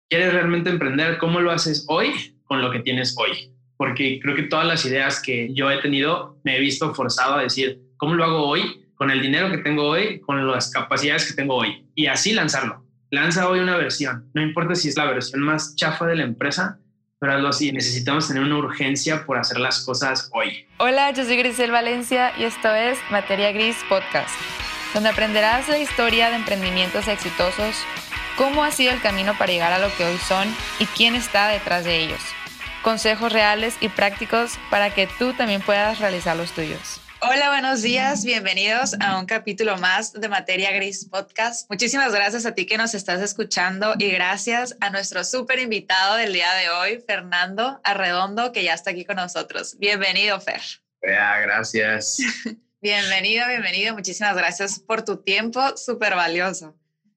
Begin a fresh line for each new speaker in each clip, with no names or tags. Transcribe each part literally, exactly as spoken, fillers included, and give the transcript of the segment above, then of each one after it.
quieres realmente emprender, ¿cómo lo haces hoy con lo que tienes hoy? Porque creo que todas las ideas que yo he tenido me he visto forzado a decir, ¿cómo lo hago hoy? Con el dinero que tengo hoy, con las capacidades que tengo hoy. Y así lanzarlo. Lanza hoy una versión. No importa si es la versión más chafa de la empresa, pero hazlo así. Necesitamos tener una urgencia por hacer las cosas hoy.
Hola, yo soy Grisel Valencia y esto es Materia Gris Podcast, donde aprenderás la historia de emprendimientos exitosos, cómo ha sido el camino para llegar a lo que hoy son y quién está detrás de ellos. Consejos reales y prácticos para que tú también puedas realizar los tuyos. Hola, buenos días, bienvenidos a un capítulo más de Materia Gris Podcast. Muchísimas gracias a ti que nos estás escuchando y gracias a nuestro súper invitado del día de hoy, Fernando Arredondo, que ya está aquí con nosotros. Bienvenido, Fer.
Ya, gracias.
Bienvenido, bienvenido. Muchísimas gracias por tu tiempo, súper valioso.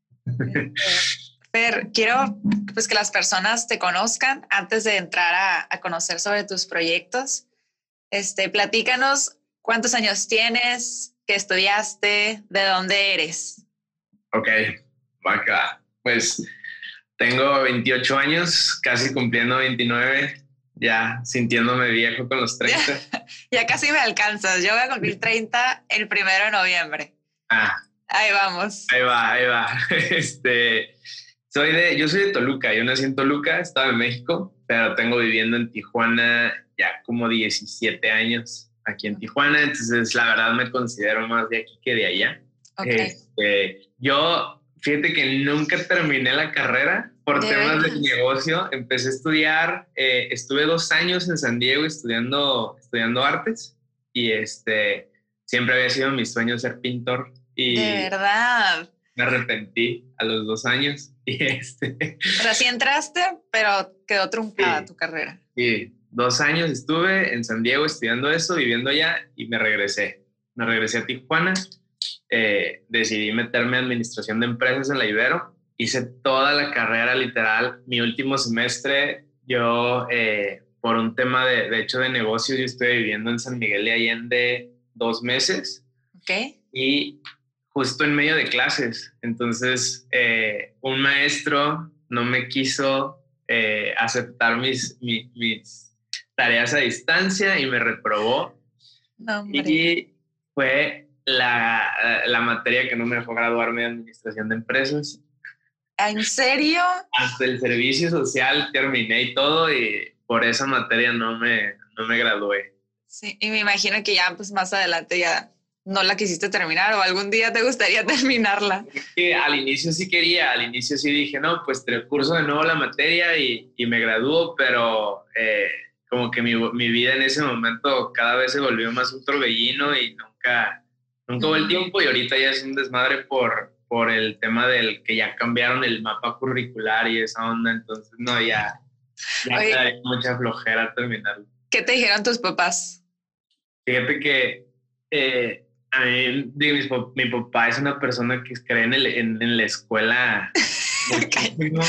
Fer, quiero pues, que las personas te conozcan antes de entrar a, a conocer sobre tus proyectos. Este, platícanos cuántos años tienes, qué estudiaste, de dónde eres.
Ok, vaca. Pues tengo veintiocho años, casi cumpliendo veintinueve, ya sintiéndome viejo con los treinta.
Ya, ya casi me alcanzas. Yo voy a cumplir treinta el primero de noviembre.
Ah.
Ahí vamos.
Ahí va, ahí va. Este, soy de, yo soy de Toluca, yo nací en Toluca, estaba en México, pero tengo viviendo en Tijuana ya como diecisiete años aquí en Tijuana, entonces la verdad me considero más de aquí que de allá. Okay. Este, yo, fíjate que nunca terminé la carrera por ¿De temas verdad? de negocio, empecé a estudiar, eh, estuve dos años en San Diego estudiando, estudiando artes y este, siempre había sido mi sueño ser pintor. Y
de verdad.
Me arrepentí a los dos años. Y este...
O sea, sí entraste, pero quedó truncada
sí,
tu carrera.
Sí, dos años estuve en San Diego estudiando eso, viviendo allá y me regresé. Me regresé a Tijuana. Eh, decidí meterme en administración de empresas en la Ibero. Hice toda la carrera literal. Mi último semestre, yo, eh, por un tema de, de hecho de negocios, yo estuve viviendo en San Miguel de Allende dos meses.
Ok.
Y justo en medio de clases. Entonces, eh, un maestro no me quiso eh, aceptar mis, mi, mis tareas a distancia y me reprobó.
No, hombre.
Y fue la, la materia que no me dejó graduarme de administración de empresas.
¿En serio?
Hasta el servicio social terminé y todo, y por esa materia no me, no me gradué.
Sí, y me imagino que ya pues más adelante ya no la quisiste terminar o algún día te gustaría terminarla.
Que al inicio sí quería, al inicio sí dije, no, pues te curso de nuevo la materia y, y me gradúo, pero eh, como que mi, mi vida en ese momento cada vez se volvió más un torbellino y nunca, nunca hubo el tiempo, y ahorita ya es un desmadre por, por el tema del que ya cambiaron el mapa curricular y esa onda, entonces no, ya, ya me da mucha flojera terminarlo.
¿Qué te dijeron tus papás?
Fíjate que eh, a mí, digo, mi, mi papá es una persona que cree en, el, en, en la escuela muchísimo,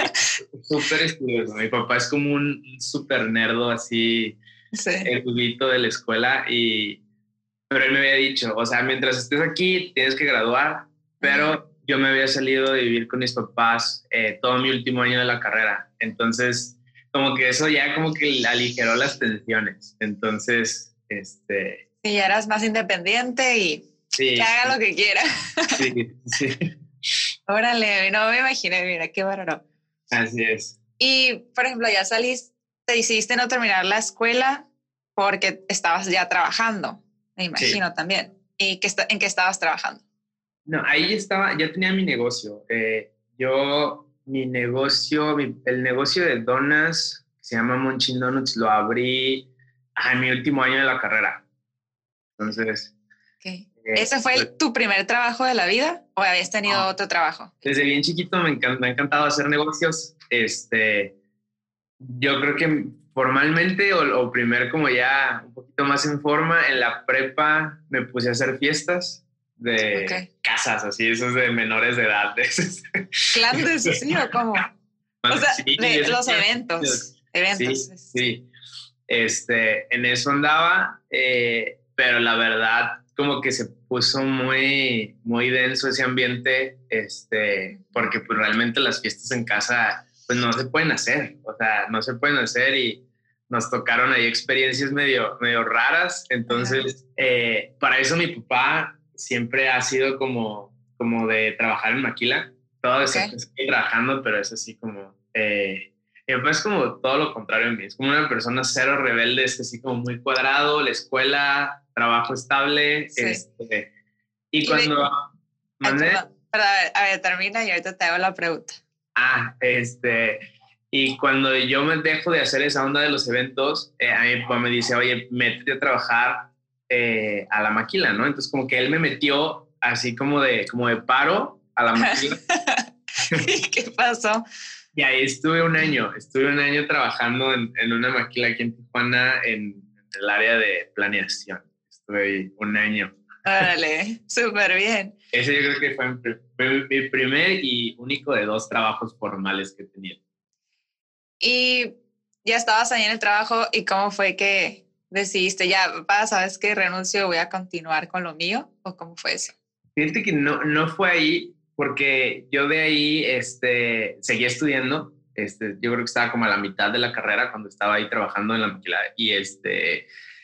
súper estudioso. Mi papá es como un súper nerdo así, sí. erudito de la escuela, y, pero él me había dicho, o sea, mientras estés aquí tienes que graduar, pero yo me había salido de vivir con mis papás eh, todo mi último año de la carrera, entonces como que eso ya como que aligeró las tensiones, entonces, este...
Y ya eras más independiente y sí, que haga lo que quiera.
Sí, sí.
Órale, no me imaginé, mira, qué bárbaro.
Así es.
Y, por ejemplo, ya saliste, te decidiste no terminar la escuela porque estabas ya trabajando, me imagino sí. también. ¿Y qué, en qué estabas trabajando?
No, ahí estaba, ya tenía mi negocio. Eh, yo, mi negocio, mi, el negocio de donas, que se llama Monchin Donuts, lo abrí ah, en mi último año de la carrera. Entonces...
Okay. Eh, ¿Ese fue el, tu primer trabajo de la vida o habías tenido no, otro trabajo?
Desde bien chiquito me, encant, me ha encantado hacer negocios. Este, yo creo que formalmente o, o primer como ya un poquito más en forma, en la prepa me puse a hacer fiestas de okay. casas, así, esos de menores de edad.
¿Clandes sí o cómo? O sea, sí, de los eventos. Eventos.
Sí, sí. Este, en eso andaba, eh, pero la verdad como que se puso muy, muy denso ese ambiente, este, porque pues realmente las fiestas en casa pues no se pueden hacer, o sea, no se pueden hacer y nos tocaron ahí experiencias medio, medio raras. Entonces, eh, para eso mi papá siempre ha sido como, como de trabajar en maquila. Todo eso
Okay.
que estoy trabajando, pero es así como... Eh, mi papá es como todo lo contrario de mí. Es como una persona cero rebelde, es así como muy cuadrado, la escuela, trabajo estable.
Sí.
Este, y
Y
cuando...
de- Ay,
mandé,
perdón. Pero a ver, a ver, termina y ahorita te hago la pregunta.
Ah, este, y cuando yo me dejo de hacer esa onda de los eventos, eh, a mi papá me dice, oye, métete a trabajar eh, a la maquila, ¿no? Entonces como que él me metió así como de, como de paro a la maquila.
¿Y qué pasó?
Y ahí estuve un año, estuve un año trabajando en, en una maquila aquí en Tijuana, en, en el área de planeación. Estuve ahí un año.
Órale, súper bien.
Ese yo creo que fue mi, fue mi primer y único de dos trabajos formales que he tenido.
Y ya estabas ahí en el trabajo y ¿cómo fue que decidiste, ya, papá, sabes que renuncio, voy a continuar con lo mío? ¿O cómo fue eso?
Fíjate que no, no fue ahí, porque yo de ahí este, seguía estudiando. Este, yo creo que estaba como a la mitad de la carrera cuando estaba ahí trabajando en la maquila. Y, este,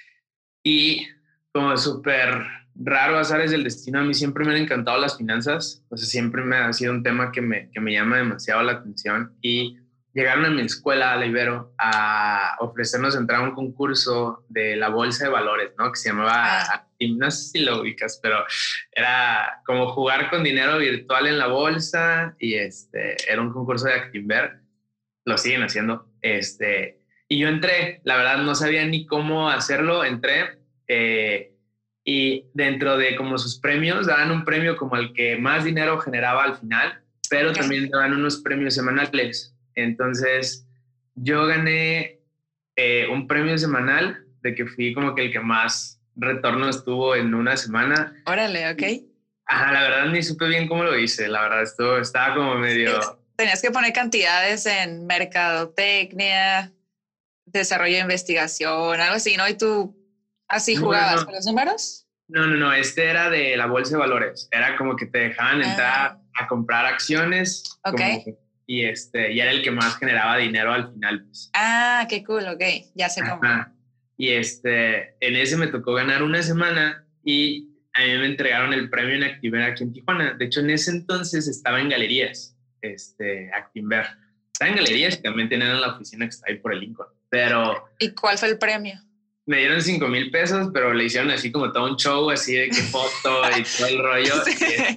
y como súper raro, azares del destino, a mí siempre me han encantado las finanzas. O sea, siempre me ha sido un tema que me, que me llama demasiado la atención. Y llegaron a mi escuela, a la Ibero, a ofrecernos entrar a un concurso de la Bolsa de Valores, ¿no? Que se llamaba,
Ah.
no sé si lo ubicas, pero era como jugar con dinero virtual en la bolsa y este, era un concurso de Actinver, lo siguen haciendo. Este, y yo entré, la verdad no sabía ni cómo hacerlo, entré eh, y dentro de como sus premios, daban un premio como el que más dinero generaba al final, pero
Okay.
también daban unos premios semanales. Entonces yo gané eh, un premio semanal de que fui como que el que más retorno estuvo en una semana.
Órale, ok.
Ajá, la verdad ni supe bien cómo lo hice, la verdad esto estaba como medio...
Sí, tenías que poner cantidades en mercadotecnia, desarrollo de investigación, algo así, ¿no? Y tú así
No,
jugabas
no,
con los números.
no, no, no, este era de la bolsa de valores, era como que te dejaban entrar
Ah,
a comprar acciones
ok.
como, y, este, y era el que más generaba dinero al final. Pues.
Ah, qué cool, ok, ya sé cómo.
Ajá. Y este, en ese me tocó ganar una semana y a mí me entregaron el premio en Actinver aquí en Tijuana. De hecho, en ese entonces estaba en galerías, este, Actinver. Estaba en galerías y también tenían la oficina que está ahí por el Lincoln. Pero
¿Y cuál fue el premio?
me dieron cinco mil pesos, pero le hicieron así como todo un show, así de que foto y todo el rollo.
Sí.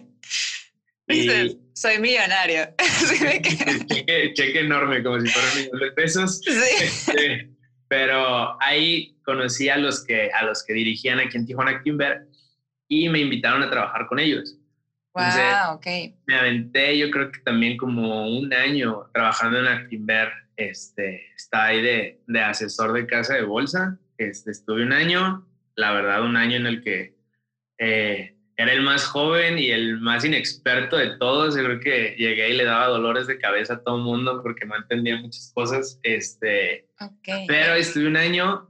Y,
Dices, soy millonario. Sí, de que-
cheque, cheque enorme, como si fuera un millón de pesos.
sí.
Este, pero ahí conocí a los que, a los que dirigían aquí en Tijuana Actinver y me invitaron a trabajar con ellos. Entonces,
Wow, ok.
me aventé, yo creo que también como un año trabajando en Actinver. Este, estaba ahí de, de asesor de casa de bolsa. Este, estuve un año, la verdad, un año en el que eh, era el más joven y el más inexperto de todos. Yo creo que llegué y le daba dolores de cabeza a todo el mundo porque no entendía muchas cosas. Este,
okay.
Pero estuve un año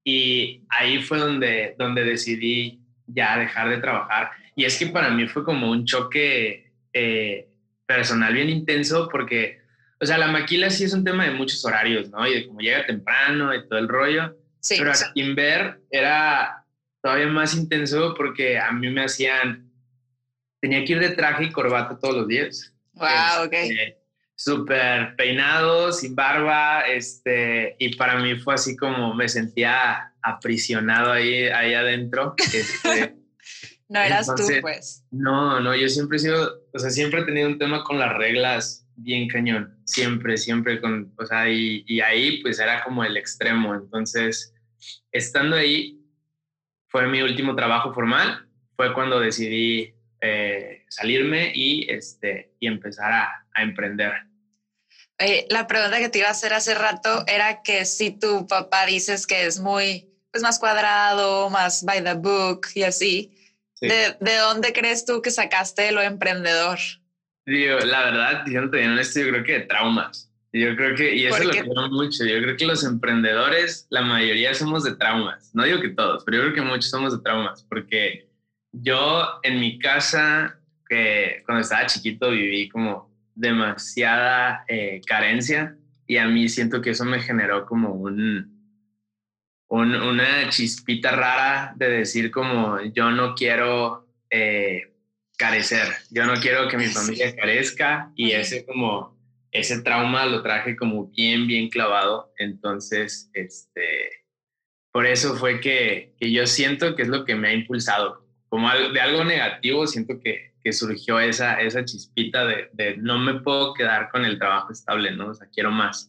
y ahí fue donde, donde decidí ya dejar de trabajar. Y es que para mí fue como un choque eh, personal bien intenso porque, o sea, la maquila sí es un tema de muchos horarios, ¿no? Y de cómo llega temprano y todo el rollo.
Sí.
Pero Actinver era todavía más intenso porque a mí me hacían, tenía que ir de traje y corbata todos los días.
Wow,
este,
ok.
Súper peinado, sin barba, este, y para mí fue así como me sentía aprisionado ahí, ahí adentro. Este,
no eras
entonces,
tú, pues.
No, no, yo siempre he sido, o sea, siempre he tenido un tema con las reglas bien cañón, siempre, siempre con, o sea, y, y ahí pues era como el extremo. Entonces, estando ahí, fue mi último trabajo formal, fue cuando decidí eh, salirme y, este, y empezar a, a emprender.
Eh, la pregunta que te iba a hacer hace rato era que si tu papá dices que es muy, pues más cuadrado, más by the book y así, sí. ¿de, ¿de dónde crees tú que sacaste lo emprendedor?
Digo, la verdad, diciéndote bien honesto, yo creo que de traumas. Yo creo que, y eso lo creo mucho, yo creo que los emprendedores, la mayoría somos de traumas. No digo que todos, pero yo creo que muchos somos de traumas, porque yo en mi casa, que cuando estaba chiquito viví como demasiada eh, carencia, y a mí siento que eso me generó como un, un, una chispita rara de decir como yo no quiero eh, carecer, yo no quiero que mi familia carezca, y ese como ese trauma lo traje como bien, bien clavado. Entonces, este, por eso fue que, que yo siento que es lo que me ha impulsado. Como de algo negativo, siento que, que surgió esa, esa chispita de, de no me puedo quedar con el trabajo estable, ¿no? O sea, quiero más.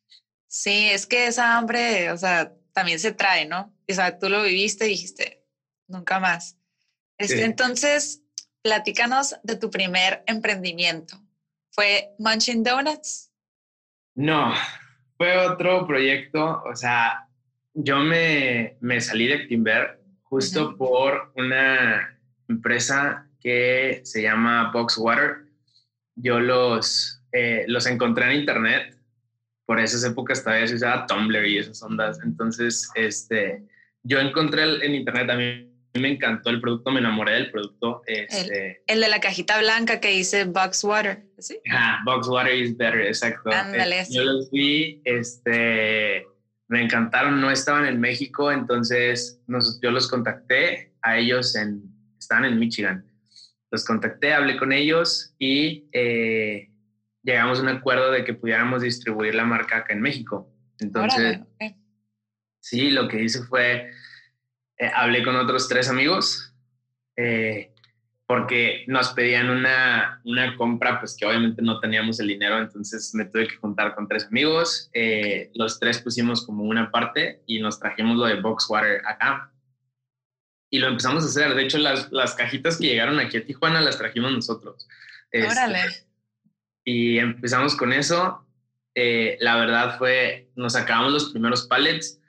Sí, es que esa hambre, o sea, también se trae, ¿no? O sea, tú lo viviste y dijiste, nunca más. Este,
Sí.
Entonces, platícanos de tu primer emprendimiento. ¿Fue Munching Donuts?
No, fue otro proyecto. O sea, yo me, me salí de Actinver justo uh-huh. por una empresa que se llama Boxwater. Yo los, eh, los encontré en internet. Por esas épocas todavía se usaba Tumblr y esas ondas. Entonces, este, yo encontré en internet, a mí me encantó el producto, me enamoré del producto. Este,
el, el de la cajita blanca que dice Boxwater, ¿sí?
Ah, Boxwater is better, exacto.
Ándale,
eh,
sí.
Yo los vi, este, me encantaron, no estaban en México, entonces nos, yo los contacté a ellos, en, estaban en Michigan. Los contacté, hablé con ellos y eh, llegamos a un acuerdo de que pudiéramos distribuir la marca acá en México. Entonces,
Órale, okay.
Sí, lo que hice fue, eh, hablé con otros tres amigos, eh, porque nos pedían una, una compra, pues que obviamente no teníamos el dinero, entonces me tuve que juntar con tres amigos, eh, los tres pusimos como una parte y nos trajimos lo de Boxwater acá. Y lo empezamos a hacer. De hecho, las, las cajitas que llegaron aquí a Tijuana las trajimos nosotros.
Órale.
Este, y empezamos con eso. Eh, la verdad fue, nos acabamos los primeros pallets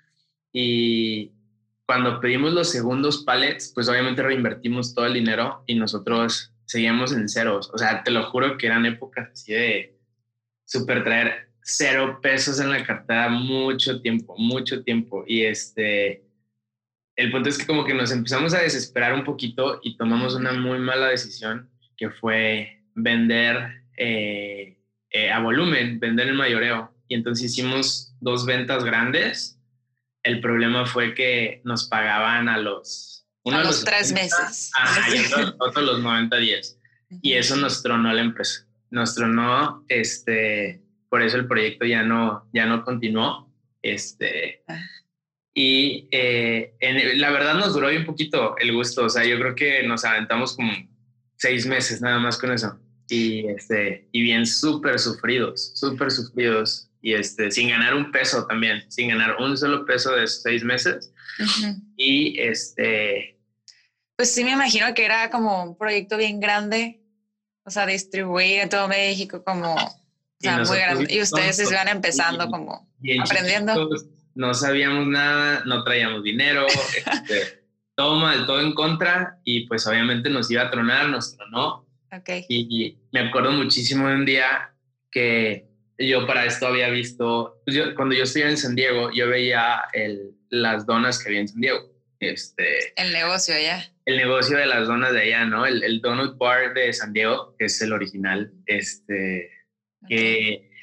y cuando pedimos los segundos pallets, pues obviamente reinvertimos todo el dinero y nosotros seguíamos en ceros. O sea, te lo juro que eran épocas así de súper traer cero pesos en la cartera mucho tiempo, mucho tiempo. Y este... El punto es que como que nos empezamos a desesperar un poquito y tomamos una muy mala decisión, que fue vender eh, eh, a volumen, vender el mayoreo. Y entonces hicimos dos ventas grandes. El problema fue que nos pagaban a los...
Uno a los, los tres setenta, meses.
Ajá, y otro, otro los noventa días. Y eso nos tronó la empresa. Nos tronó, este, por eso el proyecto ya no, ya no continuó. Este... Ah. Y eh, en, la verdad nos duró un poquito el gusto. O sea, yo creo que nos aventamos como seis meses nada más con eso. Y, este, y bien súper sufridos, súper sufridos. Y este, sin ganar un peso también, sin ganar un solo peso de esos seis meses. Uh-huh. Y este...
Pues sí, me imagino que era como un proyecto bien grande. O sea, distribuir en todo México como... O sea, muy grande. Y ustedes se iban empezando y, como y aprendiendo.
Chiquitos, no sabíamos nada, no traíamos dinero, este, todo mal, todo en contra, y pues obviamente nos iba a tronar, nos tronó.
Okay.
Y, y me acuerdo muchísimo de un día que yo para esto había visto, pues yo, cuando yo estuve en San Diego, yo veía el, las donas que había en San Diego. Este,
el negocio allá.
El negocio de las donas de allá, ¿no? El, el Donut Bar de San Diego, que es el original, este, okay. que...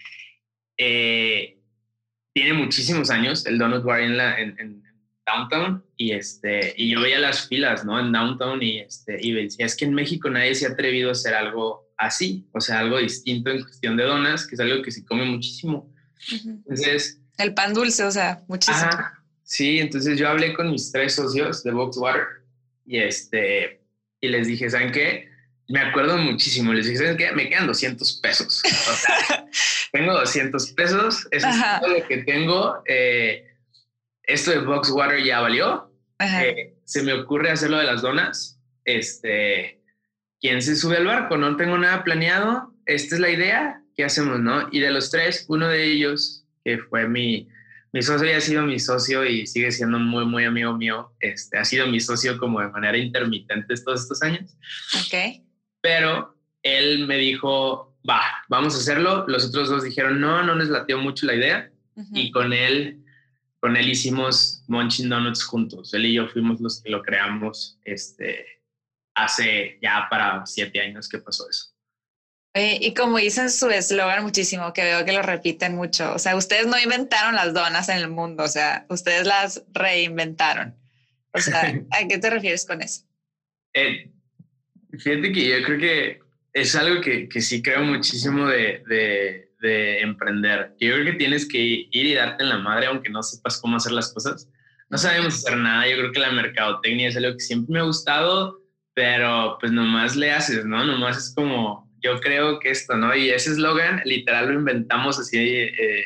Eh, tiene muchísimos años el Donut Bar en, la, en, en Downtown y, este, y yo veía las filas, ¿no? En Downtown y, este, y decía, es que en México nadie se ha atrevido a hacer algo así, o sea, algo distinto en cuestión de donas, que es algo que se come muchísimo. Uh-huh. Entonces...
El pan dulce, o sea, muchísimo.
Ajá, sí, entonces yo hablé con mis tres socios de Boxwater y, este, y les dije, ¿saben qué? Me acuerdo muchísimo, les dije, ¿saben qué? Me quedan doscientos pesos. O sea, tengo doscientos pesos, eso Ajá. es todo lo que tengo. Eh, esto de Boxwater ya valió. Eh, se me ocurre hacer lo de las donas. Este, ¿quién se sube al barco? No tengo nada planeado. Esta es la idea. ¿Qué hacemos, no? Y de los tres, uno de ellos, que fue mi, mi socio y ha sido mi socio y sigue siendo muy, muy amigo mío, este, ha sido mi socio como de manera intermitente todos estos años.
Ok.
Pero él me dijo, va, vamos a hacerlo. Los otros dos dijeron, no, no les latió mucho la idea. Uh-huh. Y con él, con él hicimos Munching Donuts juntos. Él y yo fuimos los que lo creamos este, hace ya para siete años que pasó eso.
Eh, y como dicen su eslogan muchísimo, que veo que lo repiten mucho, o sea, ustedes no inventaron las donas en el mundo, o sea, ustedes las reinventaron. O sea, ¿a qué te refieres con eso?
Eh, fíjate que yo creo que es algo que, que sí creo muchísimo de, de, de emprender. Yo creo que tienes que ir y darte en la madre aunque no sepas cómo hacer las cosas. No sabemos hacer nada. Yo creo que la mercadotecnia es algo que siempre me ha gustado, pero pues nomás le haces, ¿no? Nomás es como, yo creo que esto, ¿no? Y ese eslogan literal lo inventamos así, eh,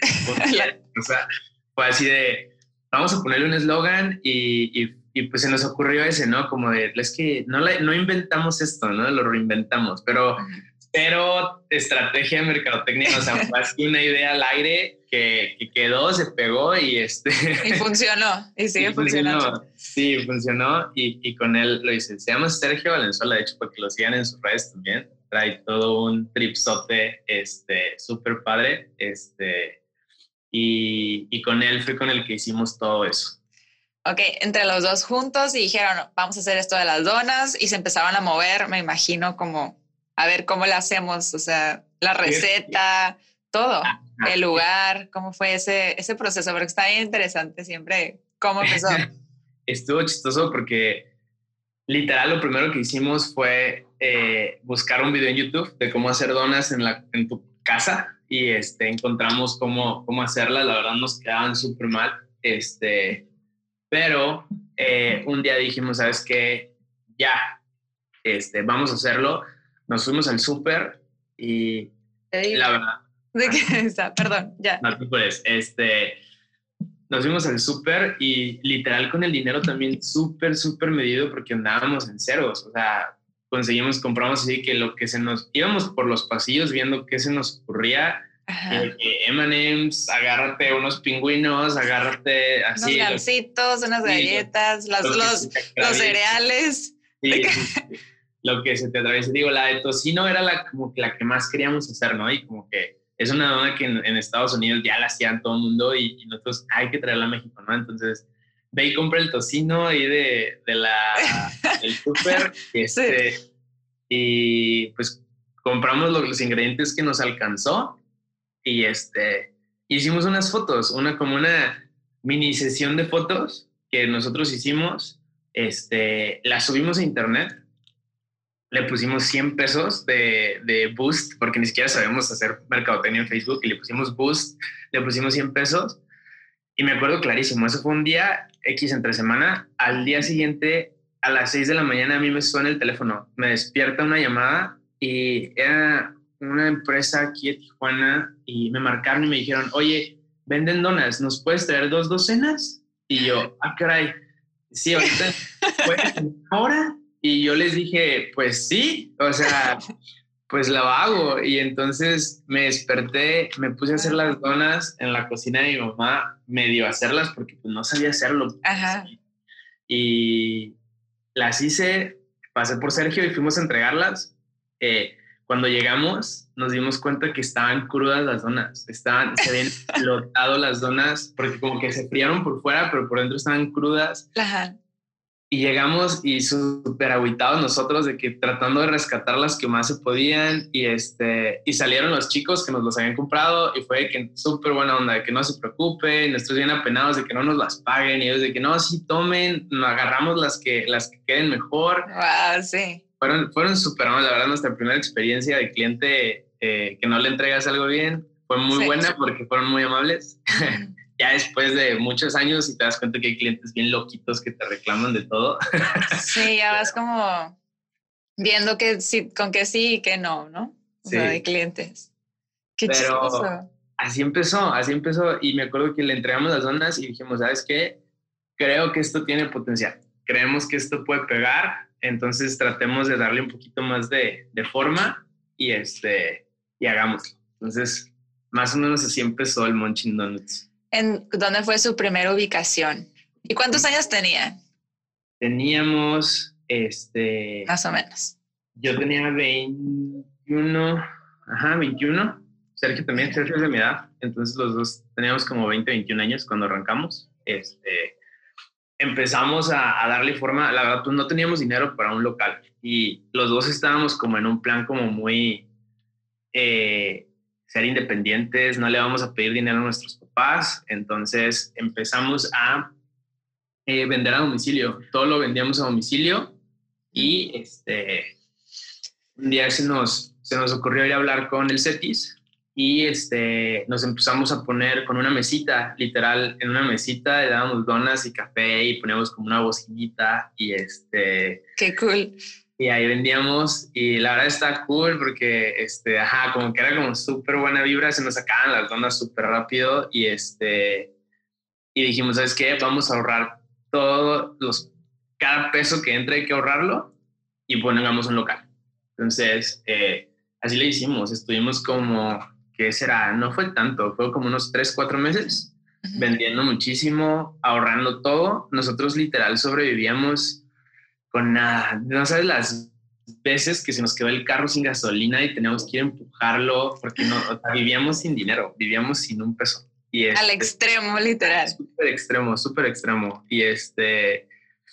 o sea, fue así de, vamos a ponerle un eslogan y, y, y pues se nos ocurrió ese, ¿no? Como de, es que no, la, no inventamos esto, ¿no? Lo reinventamos, pero... Pero estrategia de mercadotecnia, o sea, fue así una idea al aire que, que quedó, se pegó y este...
Y funcionó, y sigue y funcionando.
Funcionó. Sí, funcionó y, y con él lo hice. Se llama Sergio Valenzuela, de hecho, porque lo sigan en sus redes también. Trae todo un tripsote este, súper padre. Este, y, y con él fue con el que hicimos todo eso.
Ok, entre los dos juntos y dijeron, vamos a hacer esto de las donas y se empezaron a mover, me imagino como... A ver cómo la hacemos, o sea, la receta, todo, el lugar, cómo fue ese, ese proceso, porque está bien interesante siempre cómo empezó.
Estuvo chistoso porque literal lo primero que hicimos fue eh, buscar un video en YouTube de cómo hacer donas en, la, en tu casa y este, encontramos cómo, cómo hacerlas. La verdad nos quedaban súper mal, este, pero eh, un día dijimos, ¿sabes qué? Ya, este, vamos a hacerlo. Nos fuimos al súper y la verdad...
¿De qué está? Perdón, ya.
No te puedes. Este, nos fuimos al súper y literal con el dinero también súper, súper medido porque andábamos en ceros. O sea, conseguimos, compramos así que lo que se nos... Íbamos por los pasillos viendo qué se nos ocurría. Eh, eh, M and M's, agárrate unos pingüinos, agárrate así...
Unos gancitos, unas galletas, sí, los, los, los, los cereales.
Sí, sí, sí. Lo que se te atraviesa. Digo, la de tocino era la, como que la que más queríamos hacer, ¿no? Y como que es una dona que en, en Estados Unidos ya la hacían todo el mundo y, y nosotros hay que traerla a México, ¿no? Entonces, ve y compra el tocino ahí de, de la, del súper este, sí. Y pues compramos los, los ingredientes que nos alcanzó y este, hicimos unas fotos, una como una mini sesión de fotos que nosotros hicimos, este, la subimos a internet. Le pusimos cien pesos de, de boost, porque ni siquiera sabemos hacer mercadotecnia en Facebook, y le pusimos boost, le pusimos cien pesos, y me acuerdo clarísimo, eso fue un día X entre semana. Al día siguiente, a las seis de la mañana, a mí me suena el teléfono, me despierta una llamada, y era una empresa aquí de Tijuana, y me marcaron y me dijeron, oye, venden donas, ¿nos puedes traer dos docenas? Y yo, ah, caray, sí, ahorita, ¿puedes ahora? Y yo les dije, pues sí, o sea, pues lo hago. Y entonces me desperté, me puse a hacer las donas en la cocina de mi mamá, medio hacerlas porque pues no sabía hacerlo.
Ajá.
Y las hice, pasé por Sergio y fuimos a entregarlas. Eh, cuando llegamos nos dimos cuenta que estaban crudas las donas, estaban, se habían flotado las donas porque como que se friaron por fuera, pero por dentro estaban crudas.
Ajá.
Y llegamos y súper agüitados nosotros de que tratando de rescatar las que más se podían y, este, y salieron los chicos que nos los habían comprado y fue que súper buena onda, de que no se preocupen, nosotros bien apenados de que no nos las paguen y ellos de que no, sí tomen, nos agarramos las que, las que queden mejor.
Wow, sí.
Fueron, fueron súper, la verdad, nuestra primera experiencia de cliente eh, que no le entregas algo bien fue muy sí, buena sí. Porque fueron muy amables. Mm. Ya después de muchos años y te das cuenta que hay clientes bien loquitos que te reclaman de todo.
Sí, ya vas como viendo que sí, con que sí y que no, ¿no? O
sí.
sea, de clientes. Qué
Pero
chistoso.
Así empezó, así empezó. Y me acuerdo que le entregamos las donas y dijimos, ¿sabes qué? Creo que esto tiene potencial. Creemos que esto puede pegar. Entonces tratemos de darle un poquito más de, de forma y, este, y hagámoslo. Entonces, más o menos así empezó el Munching Donuts.
¿En dónde fue su primera ubicación? ¿Y cuántos años tenía?
Teníamos, este...
Más o menos.
Yo tenía veintiuno, ajá, veintiuno. Sergio también, Sergio es de mi edad. Entonces los dos teníamos como veinte, veintiún años cuando arrancamos. Este, empezamos a, a darle forma. La verdad, pues no teníamos dinero para un local. Y los dos estábamos como en un plan como muy... eh, ser independientes, no le vamos a pedir dinero a nuestros papás. Entonces empezamos a eh, vender a domicilio. Todo lo vendíamos a domicilio y este, un día se nos, se nos ocurrió ir a hablar con el CETIS y este, nos empezamos a poner con una mesita, literal, en una mesita le dábamos donas y café y poníamos como una bocinita y este...
¡Qué cool!
Y ahí vendíamos y la verdad está cool porque, este, ajá, como que era como súper buena vibra, se nos sacaban las donas súper rápido y este, y dijimos, ¿sabes qué? Vamos a ahorrar todos los, cada peso que entre hay que ahorrarlo y pongamos un local. Entonces, eh, así le hicimos, estuvimos como, ¿qué será? No fue tanto, fue como unos tres, cuatro meses uh-huh. vendiendo muchísimo, ahorrando todo. Nosotros literal sobrevivíamos con nada. No sabes las veces que se nos quedó el carro sin gasolina y teníamos que ir a empujarlo porque no, o sea, vivíamos sin dinero, vivíamos sin un peso. Y
este, al extremo, literal.
Súper extremo, súper extremo. Y este,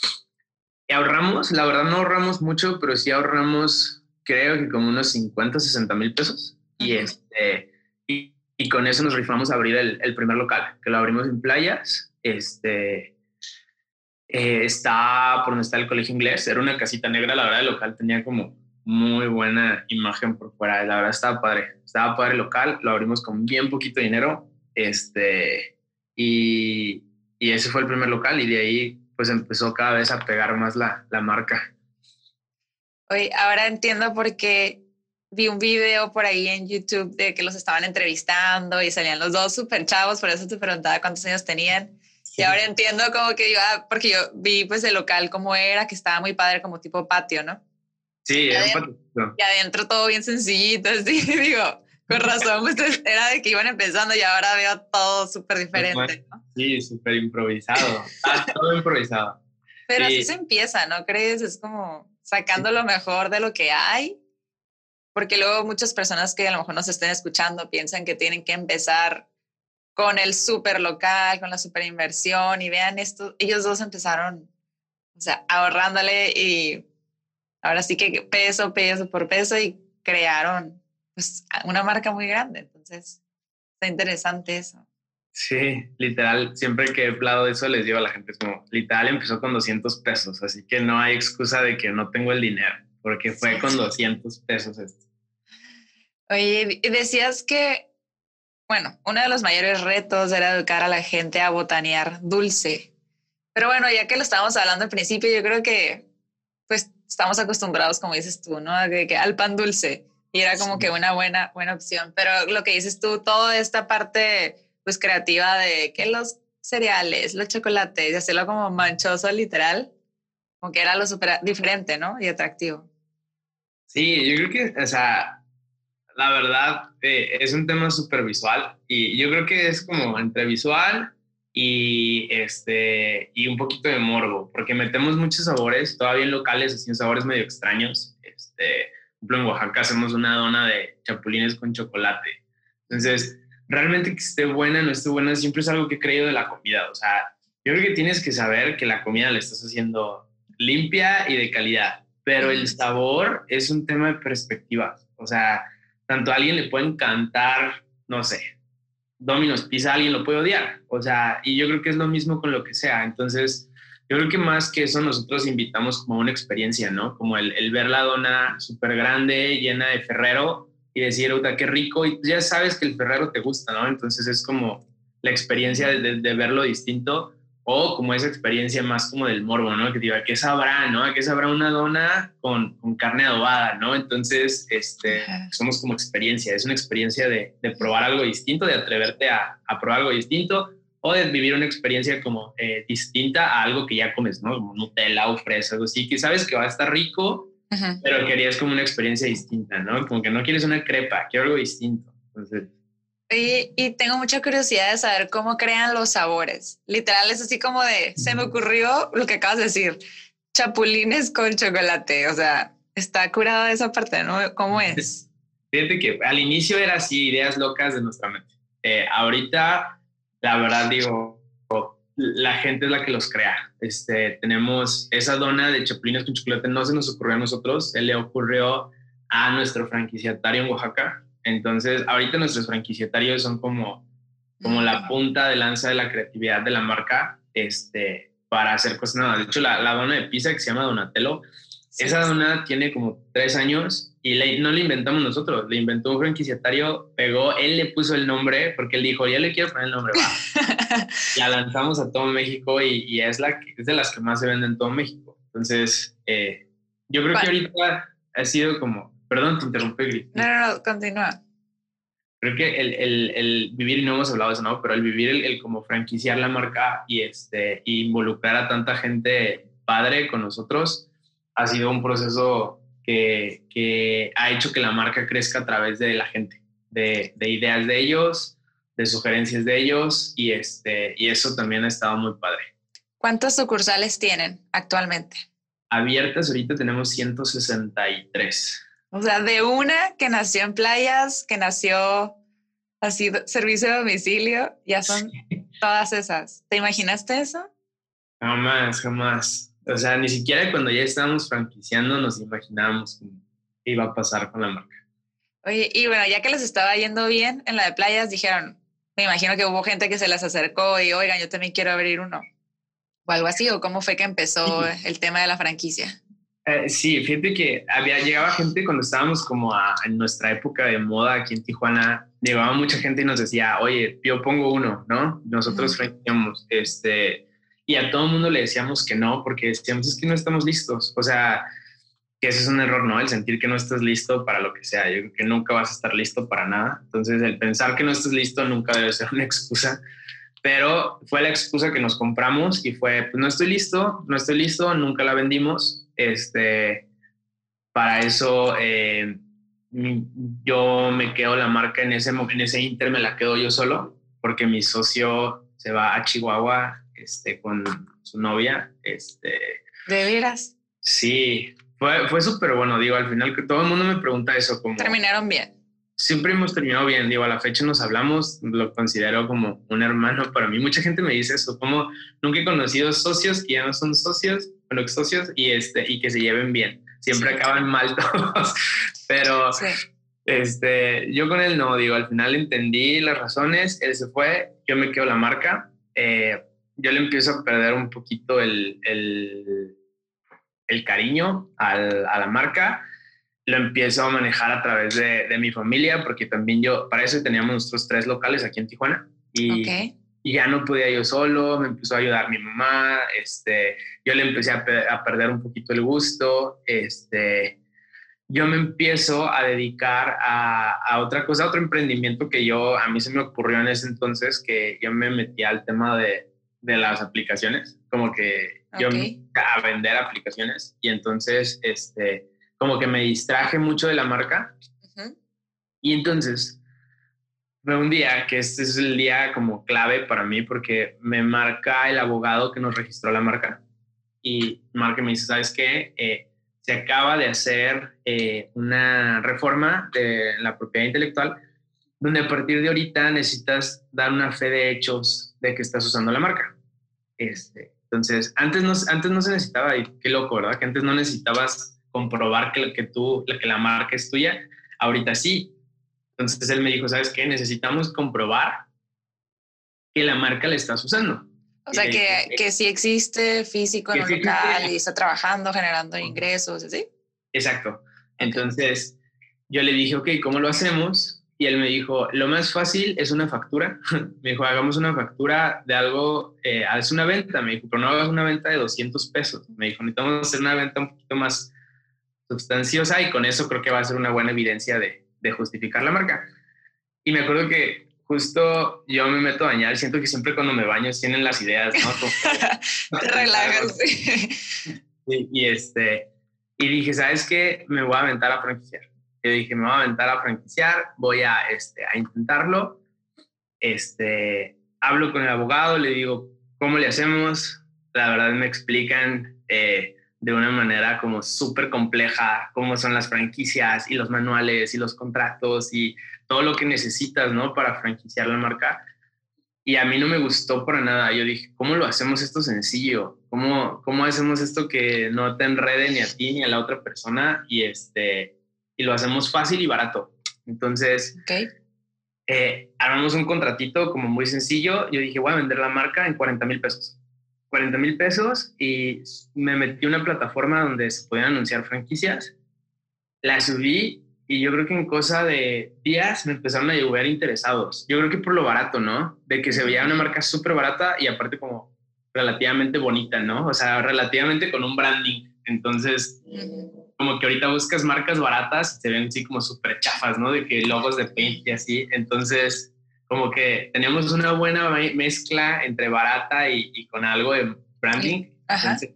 y ahorramos, la verdad no ahorramos mucho, pero sí ahorramos, creo que como unos cincuenta, sesenta mil pesos. Uh-huh. Y este, y, y con eso nos rifamos a abrir el, el primer local, que lo abrimos en Playas. Este, Eh, está por donde está el colegio inglés, era una casita negra, la verdad el local tenía como muy buena imagen por fuera, la verdad estaba padre, estaba padre el local, lo abrimos con bien poquito dinero, este, y, y ese fue el primer local y de ahí pues empezó cada vez a pegar más la, la marca.
Oye, ahora entiendo por qué vi un video por ahí en YouTube de que los estaban entrevistando y salían los dos súper chavos, por eso te preguntaba cuántos años tenían. Y ahora entiendo como que iba, porque yo vi pues el local como era, que estaba muy padre, como tipo patio, ¿no?
Sí,
y
era
adentro,
un patio.
Y adentro todo bien sencillito, así, digo, con razón, pues era de que iban empezando y ahora veo todo súper diferente, ¿no?
Sí, súper improvisado, ah, todo improvisado.
Pero
sí.
Así se empieza, ¿no crees? Es como sacando sí. lo mejor de lo que hay, porque luego muchas personas que a lo mejor nos estén escuchando piensan que tienen que empezar con el súper local, con la súper inversión, y vean esto, ellos dos empezaron, o sea, ahorrándole y ahora sí que peso, peso por peso y crearon pues una marca muy grande, entonces está interesante eso.
Sí, literal, siempre que he hablado de eso les digo a la gente, es como, literal empezó con doscientos pesos, así que no hay excusa de que no tengo el dinero, porque fue sí. con doscientos pesos esto.
Oye, decías que bueno, uno de los mayores retos era educar a la gente a botanear dulce. Pero bueno, ya que lo estábamos hablando al principio, yo creo que pues estamos acostumbrados, como dices tú, ¿no? Que, que al pan dulce. Y era como sí. que una buena, buena opción. Pero lo que dices tú, toda esta parte pues creativa de que los cereales, los chocolates, y hacerlo como manchoso literal, como que era lo súper diferente, ¿no? Y atractivo.
Sí, yo creo que, o sea... La verdad, eh, es un tema súper visual y yo creo que es como entre visual y, este, y un poquito de morbo, porque metemos muchos sabores, todavía en locales, así, sabores medio extraños. Este, por ejemplo, en Oaxaca hacemos una dona de chapulines con chocolate. Entonces, realmente que esté buena, no esté buena, siempre es algo que he creído de la comida. O sea, yo creo que tienes que saber que la comida la estás haciendo limpia y de calidad, pero el sabor es un tema de perspectiva. O sea, tanto a alguien le puede encantar, no sé, Domino's Pizza, a alguien lo puede odiar. O sea, y yo creo que es lo mismo con lo que sea. Entonces, yo creo que más que eso nosotros invitamos como a una experiencia, ¿no? Como el, el ver la dona súper grande, llena de Ferrero y decir, puta, qué rico. Y ya sabes que el Ferrero te gusta, ¿no? Entonces es como la experiencia de, de, de verlo distinto o como esa experiencia más como del morbo, ¿no? Que diga, ¿qué sabrá, no? ¿Qué sabrá una dona con, con carne adobada, no? Entonces, este, somos como experiencia. Es una experiencia de, de probar algo distinto, de atreverte a, a probar algo distinto o de vivir una experiencia como eh, distinta a algo que ya comes, ¿no? Como Nutella o fresa, algo así, que sabes que va a estar rico, uh-huh. pero querías como una experiencia distinta, ¿no? Como que no quieres una crepa, quiero algo distinto. Entonces...
Y, y tengo mucha curiosidad de saber cómo crean los sabores. Literal, es así como de, se me ocurrió lo que acabas de decir, chapulines con chocolate. O sea, está curada esa parte, ¿no? ¿Cómo es?
Fíjate que al inicio era así, ideas locas de nuestra mente. Eh, ahorita, la verdad, digo, la gente es la que los crea. Este, tenemos esa dona de chapulines con chocolate, no se nos ocurrió a nosotros, se le ocurrió a nuestro franquiciatario en Oaxaca. Entonces, ahorita nuestros franquiciatarios son como, como la punta de lanza de la creatividad de la marca este, para hacer cosas nuevas. De hecho, la, la dona de pizza que se llama Donatello, sí, esa dona tiene como tres años y le, no la inventamos nosotros, la inventó un franquiciatario, pegó, él le puso el nombre porque él dijo, ya le quiero poner el nombre, va. La lanzamos a todo México y, y es, la, es de las que más se venden en todo México. Entonces, eh, yo creo que ahorita ha sido como, perdón, te interrumpí, Gris.
No, no, no, continúa.
Creo que el, el, el vivir, y no hemos hablado de eso, ¿no? Pero el vivir, el, el como franquiciar la marca y este, y involucrar a tanta gente padre con nosotros ha sido un proceso que, que ha hecho que la marca crezca a través de la gente, de, de ideas de ellos, de sugerencias de ellos y, este, y eso también ha estado muy padre.
¿Cuántas sucursales tienen actualmente?
Abiertas ahorita tenemos ciento sesenta y tres.
O sea, de una que nació en Playas, que nació así, servicio de domicilio, ya son sí. Todas esas. ¿Te imaginaste eso?
Jamás, jamás. O sea, ni siquiera cuando ya estábamos franquiciando nos imaginábamos qué iba a pasar con la marca.
Oye, y bueno, ya que les estaba yendo bien en la de Playas, dijeron, me imagino que hubo gente que se les acercó y, oigan, yo también quiero abrir uno. O algo así, ¿o cómo fue que empezó el tema de la franquicia?
Eh, sí, fíjate que había, llegaba gente cuando estábamos como a, en nuestra época de moda aquí en Tijuana, llegaba mucha gente y nos decía, oye, yo pongo uno, ¿no? Nosotros uh-huh. franquiciamos, este, y a todo el mundo le decíamos que no, porque decíamos, es que no estamos listos. O sea, que ese es un error, ¿no? El sentir que no estás listo para lo que sea. Yo creo que nunca vas a estar listo para nada. Entonces, el pensar que no estás listo nunca debe ser una excusa. Pero fue la excusa que nos compramos y fue, pues no estoy listo, no estoy listo, nunca la vendimos. Este, para eso eh, yo me quedo la marca en ese, en ese inter, me la quedo yo solo, porque mi socio se va a Chihuahua este, con su novia. Este,
¿De veras?
Sí, fue, fue súper bueno, digo, al final que todo el mundo me pregunta eso. Como,
¿terminaron bien?
Siempre hemos terminado bien, digo, a la fecha nos hablamos, lo considero como un hermano para mí. Mucha gente me dice eso, como nunca he conocido socios que ya no son socios, bueno, ex socios, y, este, y que se lleven bien. Siempre sí. acaban mal todos, pero sí. este, yo con él no, digo, al final entendí las razones, él se fue, yo me quedo la marca, eh, yo le empiezo a perder un poquito el, el, el cariño al, a la marca. Lo empiezo a manejar a través de, de mi familia, porque también yo, para eso teníamos nuestros tres locales aquí en Tijuana y, okay. y ya no podía yo solo, me empezó a ayudar mi mamá, este, yo le empecé a, pe- a perder un poquito el gusto, este, yo me empiezo a dedicar a, a otra cosa, a otro emprendimiento que yo, a mí se me ocurrió en ese entonces, que yo me metí al tema de, de las aplicaciones, como que okay. yo me a vender aplicaciones y entonces, este, como que me distraje mucho de la marca. Uh-huh. Y entonces fue un día que este es el día como clave para mí porque me marca el abogado que nos registró la marca y marca y me dice, ¿sabes qué? Eh, se acaba de hacer eh, una reforma de la propiedad intelectual donde a partir de ahorita necesitas dar una fe de hechos de que estás usando la marca. Este, entonces, antes no, antes no se necesitaba, y qué loco, ¿verdad? Que antes no necesitabas comprobar que, que, tú, que la marca es tuya, ahorita sí. Entonces él me dijo, ¿sabes qué? Necesitamos comprobar que la marca la estás usando.
O sea, que, que, que sí existe físico en un local y está trabajando, generando ingresos, ¿sí?
Exacto. Entonces yo le dije, ok, ¿cómo lo hacemos? Y él me dijo, lo más fácil es una factura. Me dijo, hagamos una factura de algo, eh, haz una venta. Me dijo, pero no hagas una venta de doscientos pesos. Me dijo, necesitamos hacer una venta un poquito más sustanciosa y con eso creo que va a ser una buena evidencia de, de justificar la marca. Y me acuerdo que justo yo me meto a bañar, siento que siempre cuando me baño tienen las ideas, ¿no?
Te relajas. Sí.
Y, y, este, y dije, ¿sabes qué? Me voy a aventar a franquiciar. Yo dije, me voy a aventar a franquiciar, voy a, este, a intentarlo. Este, hablo con el abogado, le digo, ¿cómo le hacemos? La verdad me explican eh, de una manera como súper compleja cómo son las franquicias y los manuales y los contratos y todo lo que necesitas, ¿no? Para franquiciar la marca. Y a mí no me gustó para nada. Yo dije, ¿cómo lo hacemos esto sencillo? ¿Cómo, cómo hacemos esto que no te enrede ni a ti ni a la otra persona? Y, este, y lo hacemos fácil y barato. Entonces,
okay.
eh, armamos un contratito como muy sencillo. Yo dije, voy a vender la marca en cuarenta mil pesos. cuarenta mil pesos y me metí a una plataforma donde se podían anunciar franquicias. La subí y yo creo que en cosa de días me empezaron a llover interesados. Yo creo que por lo barato, ¿no? De que se veía una marca súper barata y aparte como relativamente bonita, ¿no? O sea, relativamente con un branding. Entonces, como que ahorita buscas marcas baratas y se ven así como súper chafas, ¿no? De que logos de Paint y así. Entonces, como que teníamos una buena mezcla entre barata y, y con algo de branding.
Ajá.
Entonces,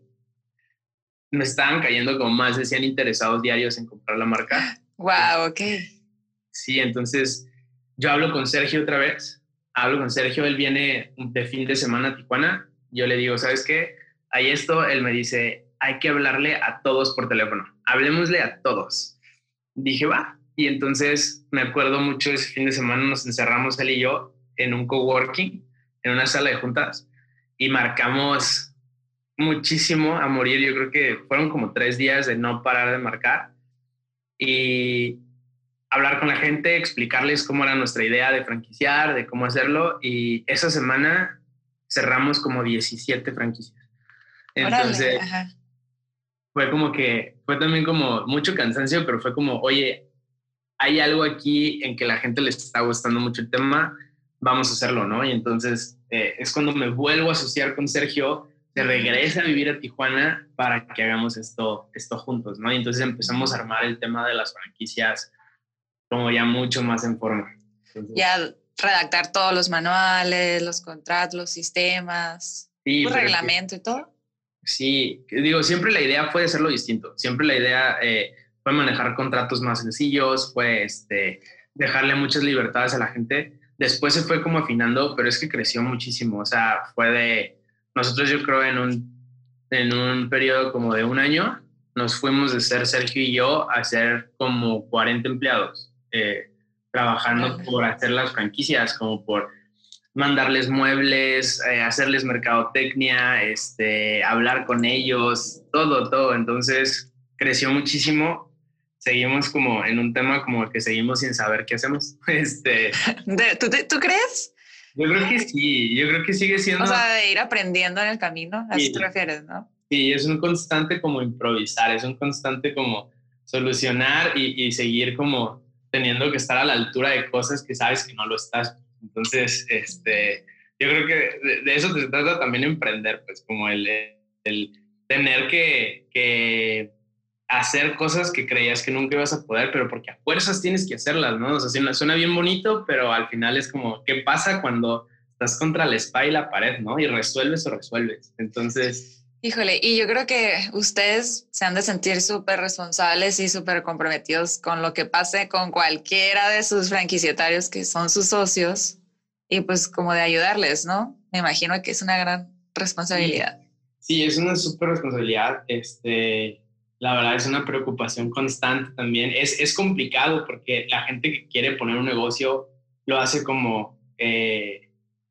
me estaban cayendo como más de cien interesados diarios en comprar la marca.
Wow, ok.
Sí, entonces yo hablo con Sergio otra vez. Hablo con Sergio, él viene de fin de semana a Tijuana. Yo le digo, ¿sabes qué? Hay esto, él me dice, hay que hablarle a todos por teléfono. Hablemosle a todos. Dije, va. Y entonces me acuerdo mucho ese fin de semana nos encerramos él y yo en un coworking, en una sala de juntas y marcamos muchísimo a morir. Yo creo que fueron como tres días de no parar de marcar y hablar con la gente, explicarles cómo era nuestra idea de franquiciar, de cómo hacerlo. Y esa semana cerramos como diecisiete franquicias. Entonces,
Órale,
fue como que, fue también como mucho cansancio, pero fue como, oye, hay algo aquí en que la gente les está gustando mucho el tema, vamos a hacerlo, ¿no? Y entonces eh, es cuando me vuelvo a asociar con Sergio, se regresa a vivir a Tijuana para que hagamos esto, esto juntos, ¿no? Y entonces empezamos a armar el tema de las franquicias como ya mucho más en forma. Entonces,
ya redactar todos los manuales, los contratos, los sistemas,
sí,
un reglamento
que,
y todo.
Sí, digo, siempre la idea fue hacerlo distinto. Siempre la idea eh, fue manejar contratos más sencillos, fue este, dejarle muchas libertades a la gente. Después se fue como afinando, pero es que creció muchísimo. O sea, fue de... Nosotros yo creo en un, en un periodo como de un año, nos fuimos de ser Sergio y yo a ser como cuarenta empleados, eh, trabajando
Vale.
por hacer las franquicias, como por mandarles muebles, eh, hacerles mercadotecnia, este, hablar con ellos, todo, todo. Entonces creció muchísimo. Seguimos como en un tema como que seguimos sin saber qué hacemos. Este,
¿Tú, ¿Tú crees?
yo creo que sí, yo creo que sigue siendo...
O sea, de ir aprendiendo en el camino, a
sí,
eso te refieres, ¿no?
Sí, es un constante como improvisar, es un constante como solucionar y, y seguir como teniendo que estar a la altura de cosas que sabes que no lo estás. Entonces, este, yo creo que de, de eso se trata también emprender, pues como el, el tener que, que hacer cosas que creías que nunca ibas a poder, pero porque a fuerzas tienes que hacerlas, ¿no? O sea, suena bien bonito, pero al final es como, ¿qué pasa cuando estás contra la espada y la pared, ¿no? Y resuelves o resuelves. Entonces...
Híjole, y yo creo que ustedes se han de sentir súper responsables y súper comprometidos con lo que pase con cualquiera de sus franquiciatarios que son sus socios y pues como de ayudarles, ¿no? Me imagino que es una gran responsabilidad.
Sí, sí, es una súper responsabilidad. Este, la verdad es una preocupación constante también. Es, es complicado porque la gente que quiere poner un negocio lo hace como, eh,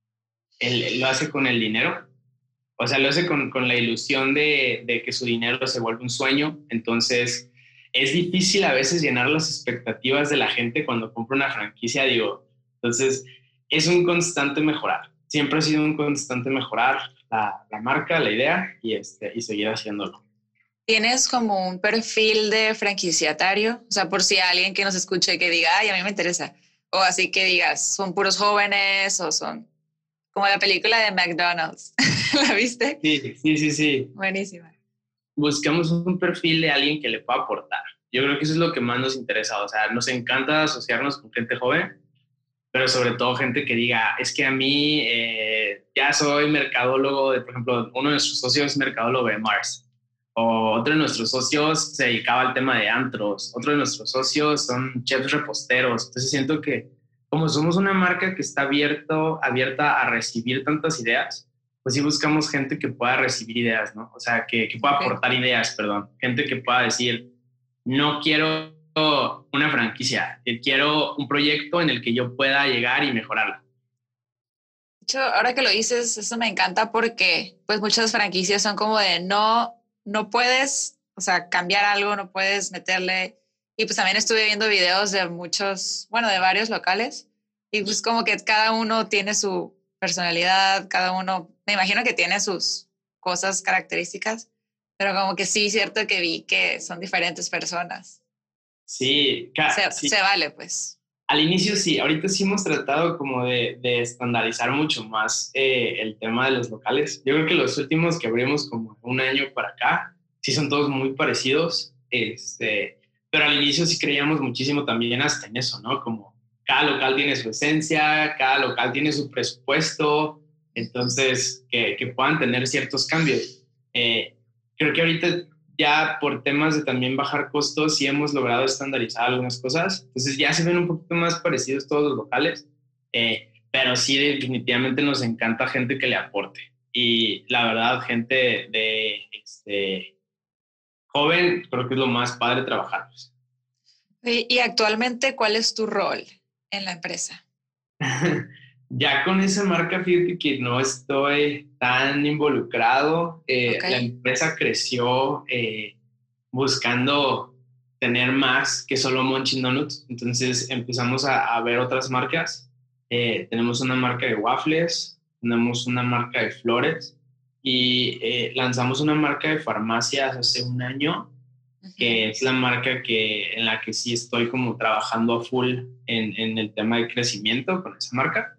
el, lo hace con el dinero. O sea, lo hace con, con la ilusión de, de que su dinero se vuelve un sueño. Entonces, es difícil a veces llenar las expectativas de la gente cuando compra una franquicia, digo. Entonces, es un constante mejorar. Siempre ha sido un constante mejorar la, la marca, la idea y, este, y seguir haciéndolo.
¿Tienes como un perfil de franquiciatario? O sea, por si alguien que nos escuche que diga, ay, a mí me interesa. O así que digas, son puros jóvenes o son... Como la película de McDonald's. ¿La viste?
Sí, sí, sí, sí.
Buenísima.
Buscamos un perfil de alguien que le pueda aportar. Yo creo que eso es lo que más nos interesa. O sea, nos encanta asociarnos con gente joven, pero sobre todo gente que diga, es que a mí eh, ya soy mercadólogo, de, por ejemplo, uno de nuestros socios es mercadólogo de Mars, o otro de nuestros socios se dedicaba al tema de antros, otro de nuestros socios son chefs reposteros. Entonces siento que como somos una marca que está abierto, abierta a recibir tantas ideas, pues sí buscamos gente que pueda recibir ideas, ¿no? O sea, que, que pueda aportar ideas, perdón. Gente que pueda decir, no quiero una franquicia, quiero un proyecto en el que yo pueda llegar y mejorarlo.
De hecho, ahora que lo dices, eso me encanta porque pues muchas franquicias son como de no, no puedes, o sea, cambiar algo, no puedes meterle Y pues también estuve viendo videos de muchos, bueno, de varios locales. Y pues como que cada uno tiene su personalidad, cada uno, me imagino que tiene sus cosas características, pero como que sí, cierto que vi que son diferentes personas.
Sí, ca-
Se,
sí.
se vale, pues.
Al inicio sí, ahorita sí hemos tratado como de, de estandarizar mucho más eh, el tema de los locales. Yo creo que los últimos que abrimos como un año para acá, sí son todos muy parecidos, este, pero al inicio sí creíamos muchísimo también hasta en eso, ¿no? Como cada local tiene su esencia, cada local tiene su presupuesto, entonces que, que puedan tener ciertos cambios. Eh, creo que ahorita ya por temas de también bajar costos, sí hemos logrado estandarizar algunas cosas. Entonces ya se ven un poquito más parecidos todos los locales, eh, pero sí definitivamente nos encanta gente que le aporte. Y la verdad, gente de este, joven, creo que es lo más padre trabajar.
Y, y actualmente, ¿cuál es tu rol en la empresa?
Ya con esa marca, fíjate que no estoy tan involucrado. Eh,
Okay.
La empresa creció eh, buscando tener más que solo Munchkin Donuts. Entonces empezamos a, a ver otras marcas. Eh, tenemos una marca de waffles, tenemos una marca de flores y eh, lanzamos una marca de farmacias hace un año, que es la marca que, en la que sí estoy como trabajando a full en, en el tema de crecimiento con esa marca.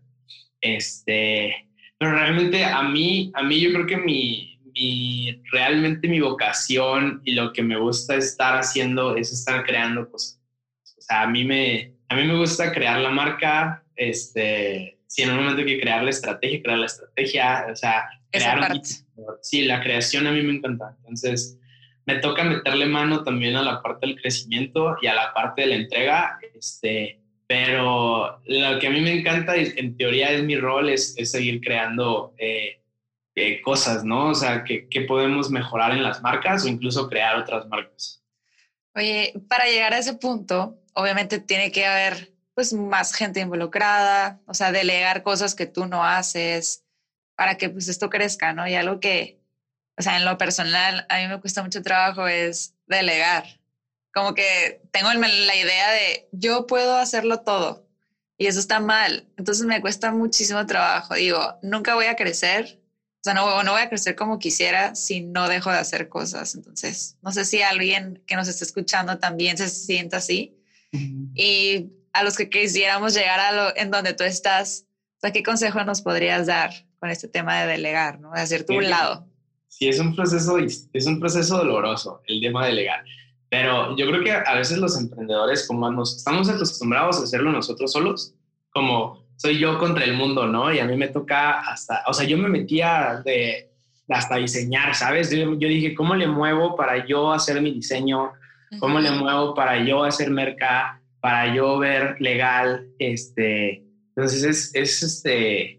Este, pero realmente a mí, a mí yo creo que mi, mi, realmente mi vocación y lo que me gusta estar haciendo es estar creando cosas. O sea, a mí me, a mí me gusta crear la marca, este, si en un momento hay que crear la estrategia, crear la estrategia, o sea, crear
Esa parte.
Un, sí, la creación a mí me encanta. Entonces, me toca meterle mano también a la parte del crecimiento y a la parte de la entrega, este, pero lo que a mí me encanta, en teoría es mi rol, es, es seguir creando eh, eh, cosas, ¿no? O sea, que, que podemos mejorar en las marcas o incluso crear otras marcas.
Oye, para llegar a ese punto, obviamente tiene que haber pues más gente involucrada, o sea, delegar cosas que tú no haces para que pues esto crezca, ¿no? Y algo que, o sea, en lo personal, a mí me cuesta mucho trabajo es delegar. Como que tengo la idea de yo puedo hacerlo todo y eso está mal. Entonces me cuesta muchísimo trabajo. Digo, nunca voy a crecer. O sea, no, no voy a crecer como quisiera si no dejo de hacer cosas. Entonces, no sé si alguien que nos esté escuchando también se sienta así. Uh-huh. Y a los que quisiéramos llegar a lo en donde tú estás, o sea, ¿qué consejo nos podrías dar con este tema de delegar, ¿no? De hacer tu sí, lado.
Sí, es un proceso, es un proceso doloroso el tema de delegar. Pero yo creo que a veces los emprendedores, como nos estamos acostumbrados a hacerlo nosotros solos, como soy yo contra el mundo, ¿no? Y a mí me toca hasta, o sea, yo me metía de, de hasta diseñar, ¿sabes? Yo, yo dije, ¿cómo le muevo para yo hacer mi diseño? ¿Cómo uh-huh. le muevo para yo hacer merca? Para yo ver legal, este... Entonces es, es este...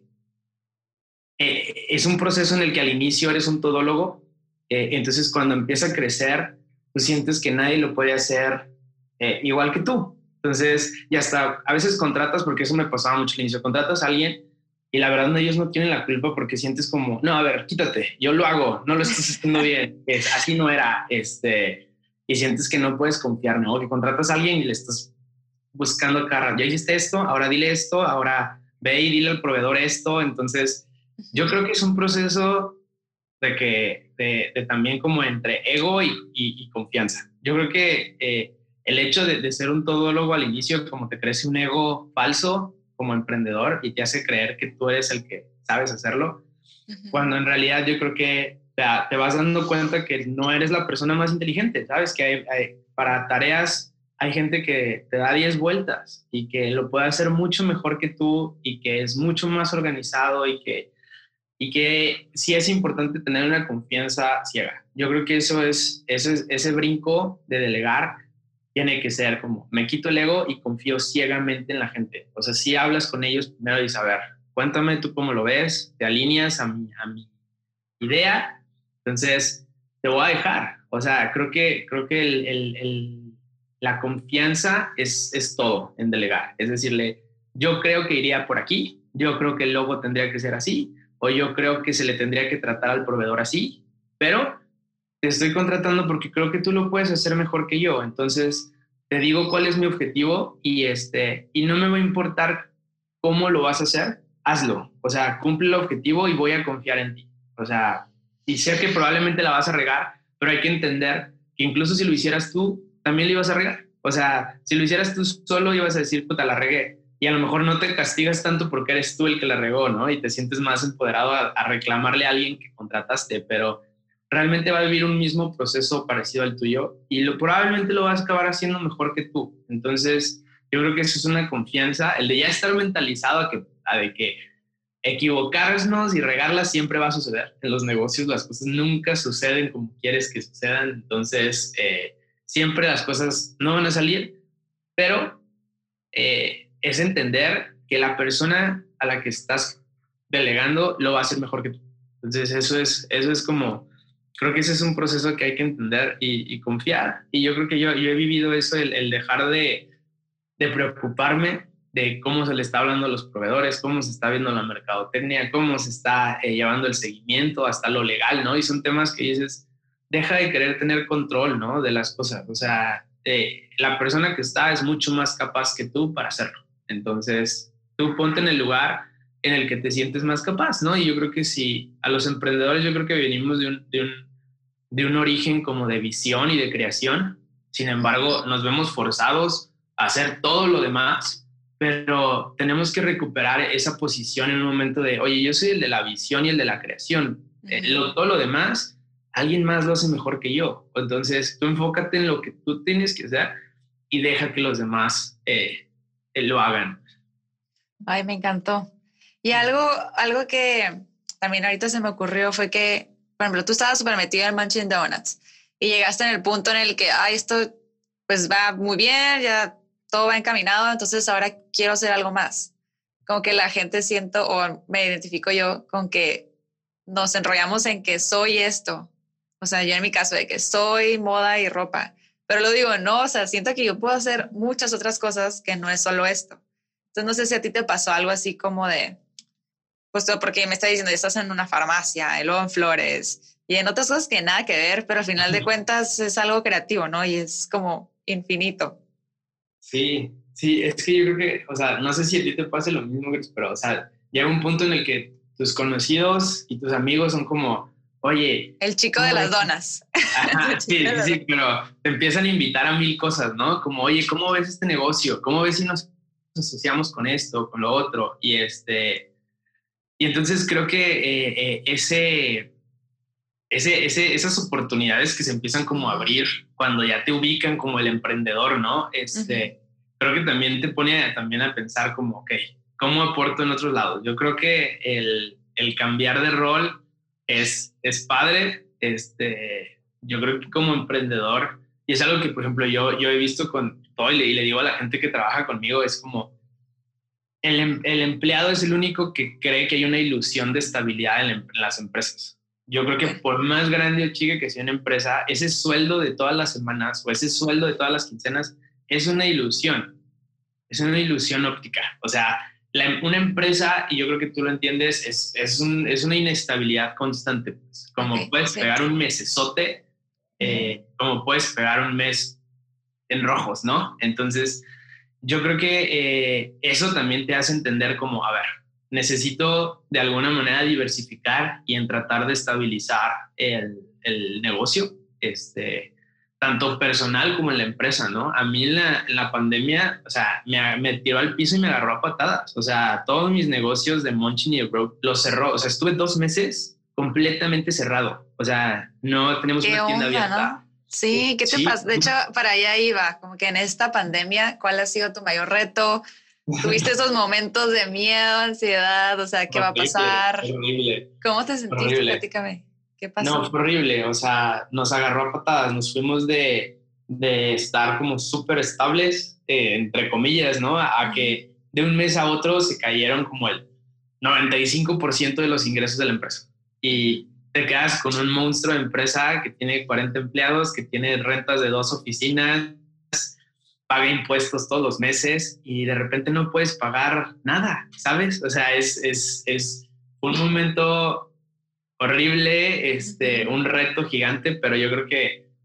Eh, es un proceso en el que al inicio eres un todólogo, eh, entonces cuando empieza a crecer, tú sientes que nadie lo puede hacer eh, igual que tú. Entonces, ya hasta a veces contratas, porque eso me pasaba mucho al inicio, contratas a alguien y la verdad ellos no tienen la culpa porque sientes como, no, a ver, quítate, yo lo hago, no lo estás haciendo bien, es, así no era, este, y sientes que no puedes confiar, ¿no? Que contratas a alguien y le estás buscando cara, ya hiciste esto, ahora dile esto, ahora ve y dile al proveedor esto. Entonces, yo creo que es un proceso de que de, de también como entre ego y, y, y confianza. Yo creo que eh, el hecho de, de ser un todólogo al inicio como te crece un ego falso como emprendedor y te hace creer que tú eres el que sabes hacerlo, uh-huh. cuando en realidad yo creo que te, te vas dando cuenta que no eres la persona más inteligente, sabes que hay, hay, para tareas hay gente que te da diez vueltas y que lo puede hacer mucho mejor que tú y que es mucho más organizado y que y que sí es importante tener una confianza ciega. Yo creo que eso es, eso es, ese brinco de delegar tiene que ser como, me quito el ego y confío ciegamente en la gente. O sea, si hablas con ellos, primero dices, a ver, cuéntame tú cómo lo ves, te alineas a mi, a mi idea, entonces te voy a dejar. O sea, creo que, creo que el, el, el, la confianza es, es todo en delegar. Es decirle, yo creo que iría por aquí, yo creo que el logo tendría que ser así, o yo creo que se le tendría que tratar al proveedor así, pero te estoy contratando porque creo que tú lo puedes hacer mejor que yo. Entonces, te digo cuál es mi objetivo y, este, y no me va a importar cómo lo vas a hacer, hazlo. O sea, cumple el objetivo y voy a confiar en ti. O sea, y sé que probablemente la vas a regar, pero hay que entender que incluso si lo hicieras tú, también lo ibas a regar. O sea, si lo hicieras tú solo, ibas a decir, puta, la regué. Y a lo mejor no te castigas tanto porque eres tú el que la regó, ¿no? Y te sientes más empoderado a, a reclamarle a alguien que contrataste, pero realmente va a vivir un mismo proceso parecido al tuyo y lo, probablemente lo vas a acabar haciendo mejor que tú. Entonces, yo creo que eso es una confianza, el de ya estar mentalizado a, que, a de que equivocarnos y regarlas siempre va a suceder. En los negocios las cosas nunca suceden como quieres que sucedan, entonces eh, siempre las cosas no van a salir, pero eh, es entender que la persona a la que estás delegando lo va a hacer mejor que tú. Entonces eso es, eso es como, creo que ese es un proceso que hay que entender y, y confiar. Y yo creo que yo, yo he vivido eso, el, el dejar de, de preocuparme de cómo se le está hablando a los proveedores, cómo se está viendo la mercadotecnia, cómo se está eh, llevando el seguimiento, hasta lo legal, ¿no? Y son temas que dices, deja de querer tener control, ¿no? De las cosas. O sea, eh, la persona que está es mucho más capaz que tú para hacerlo. Entonces, tú ponte en el lugar en el que te sientes más capaz, ¿no? Y yo creo que si a los emprendedores, yo creo que venimos de un, de un, de un origen como de visión y de creación. Sin embargo, nos vemos forzados a hacer todo lo demás, pero tenemos que recuperar esa posición en un momento de, oye, yo soy el de la visión y el de la creación. Uh-huh. Eh, lo, todo lo demás, alguien más lo hace mejor que yo. Entonces, tú enfócate en lo que tú tienes que hacer y deja que los demás eh, eh, lo hagan.
Ay, me encantó. Y algo, algo que también ahorita se me ocurrió fue que, por ejemplo, tú estabas súper metido en Munchkin Donuts y llegaste en el punto en el que, ay, esto pues va muy bien, ya todo va encaminado, entonces ahora quiero hacer algo más. Como que la gente siento, o me identifico yo, con que nos enrollamos en que soy esto. O sea, yo en mi caso de que soy moda y ropa. Pero lo digo, no, o sea, siento que yo puedo hacer muchas otras cosas que no es solo esto. Entonces, no sé si a ti te pasó algo así como de, pues todo porque me está diciendo, estás en una farmacia, y luego en flores, y en otras cosas que nada que ver, pero al final de cuentas es algo creativo, ¿no? Y es como infinito.
Sí, sí, es que yo creo que, o sea, no sé si a ti te pase lo mismo, pero, o sea, llega un punto en el que tus conocidos y tus amigos son como, oye...
El chico de las donas.
Ajá, sí, sí, sí, pero te empiezan a invitar a mil cosas, ¿no? Como, oye, ¿cómo ves este negocio? ¿Cómo ves si nos asociamos con esto, con lo otro? Y este... Y entonces creo que eh, eh, ese, ese, ese, esas oportunidades que se empiezan como a abrir cuando ya te ubican como el emprendedor, ¿no? Este, uh-huh. Creo que también te pone a, también a pensar como, ok, ¿cómo aporto en otros lados? Yo creo que el, el cambiar de rol es, es padre. Este, yo creo que como emprendedor, y es algo que, por ejemplo, yo, yo he visto con todo y le, y le digo a la gente que trabaja conmigo, es como, el, el empleado es el único que cree que hay una ilusión de estabilidad en, en las empresas. Yo creo que por más grande o chica que sea una empresa, ese sueldo de todas las semanas o ese sueldo de todas las quincenas es una ilusión. Es una ilusión óptica. O sea, la, una empresa, y yo creo que tú lo entiendes, es, es, un, es una inestabilidad constante. Pues. Como okay, puedes okay. pegar un mesesote, eh, como puedes pegar un mes en rojos, ¿no? Entonces, yo creo que eh, eso también te hace entender como, a ver, necesito de alguna manera diversificar y en tratar de estabilizar el, el negocio, este, tanto personal como en la empresa, ¿no? A mí en la, en la pandemia, o sea, me, me tiró al piso y me agarró a patadas. O sea, todos mis negocios de Munchkin y de Broke los cerró. O sea, estuve dos meses completamente cerrado. O sea, no tenemos una tienda
onda,
abierta.
¿no? Sí, ¿qué te sí. pasa? De hecho, para allá iba, como que en esta pandemia, ¿cuál ha sido tu mayor reto? ¿Tuviste esos momentos de miedo, ansiedad? O sea, ¿qué horrible, va a pasar?
Horrible.
¿Cómo te sentiste? Horrible. Platícame. ¿Qué pasó?
No, fue horrible. O sea, nos agarró a patadas. Nos fuimos de, de estar como súper estables, eh, entre comillas, ¿no? A, a que de un mes a otro se cayeron como el noventa y cinco por ciento de los ingresos de la empresa. Y te quedas con un monstruo de empresa que tiene cuarenta empleados, que tiene rentas de dos oficinas, paga impuestos todos los meses y de repente no puedes pagar nada, ¿sabes? O sea, es, es, es un momento horrible, este, un reto gigante, pero yo creo que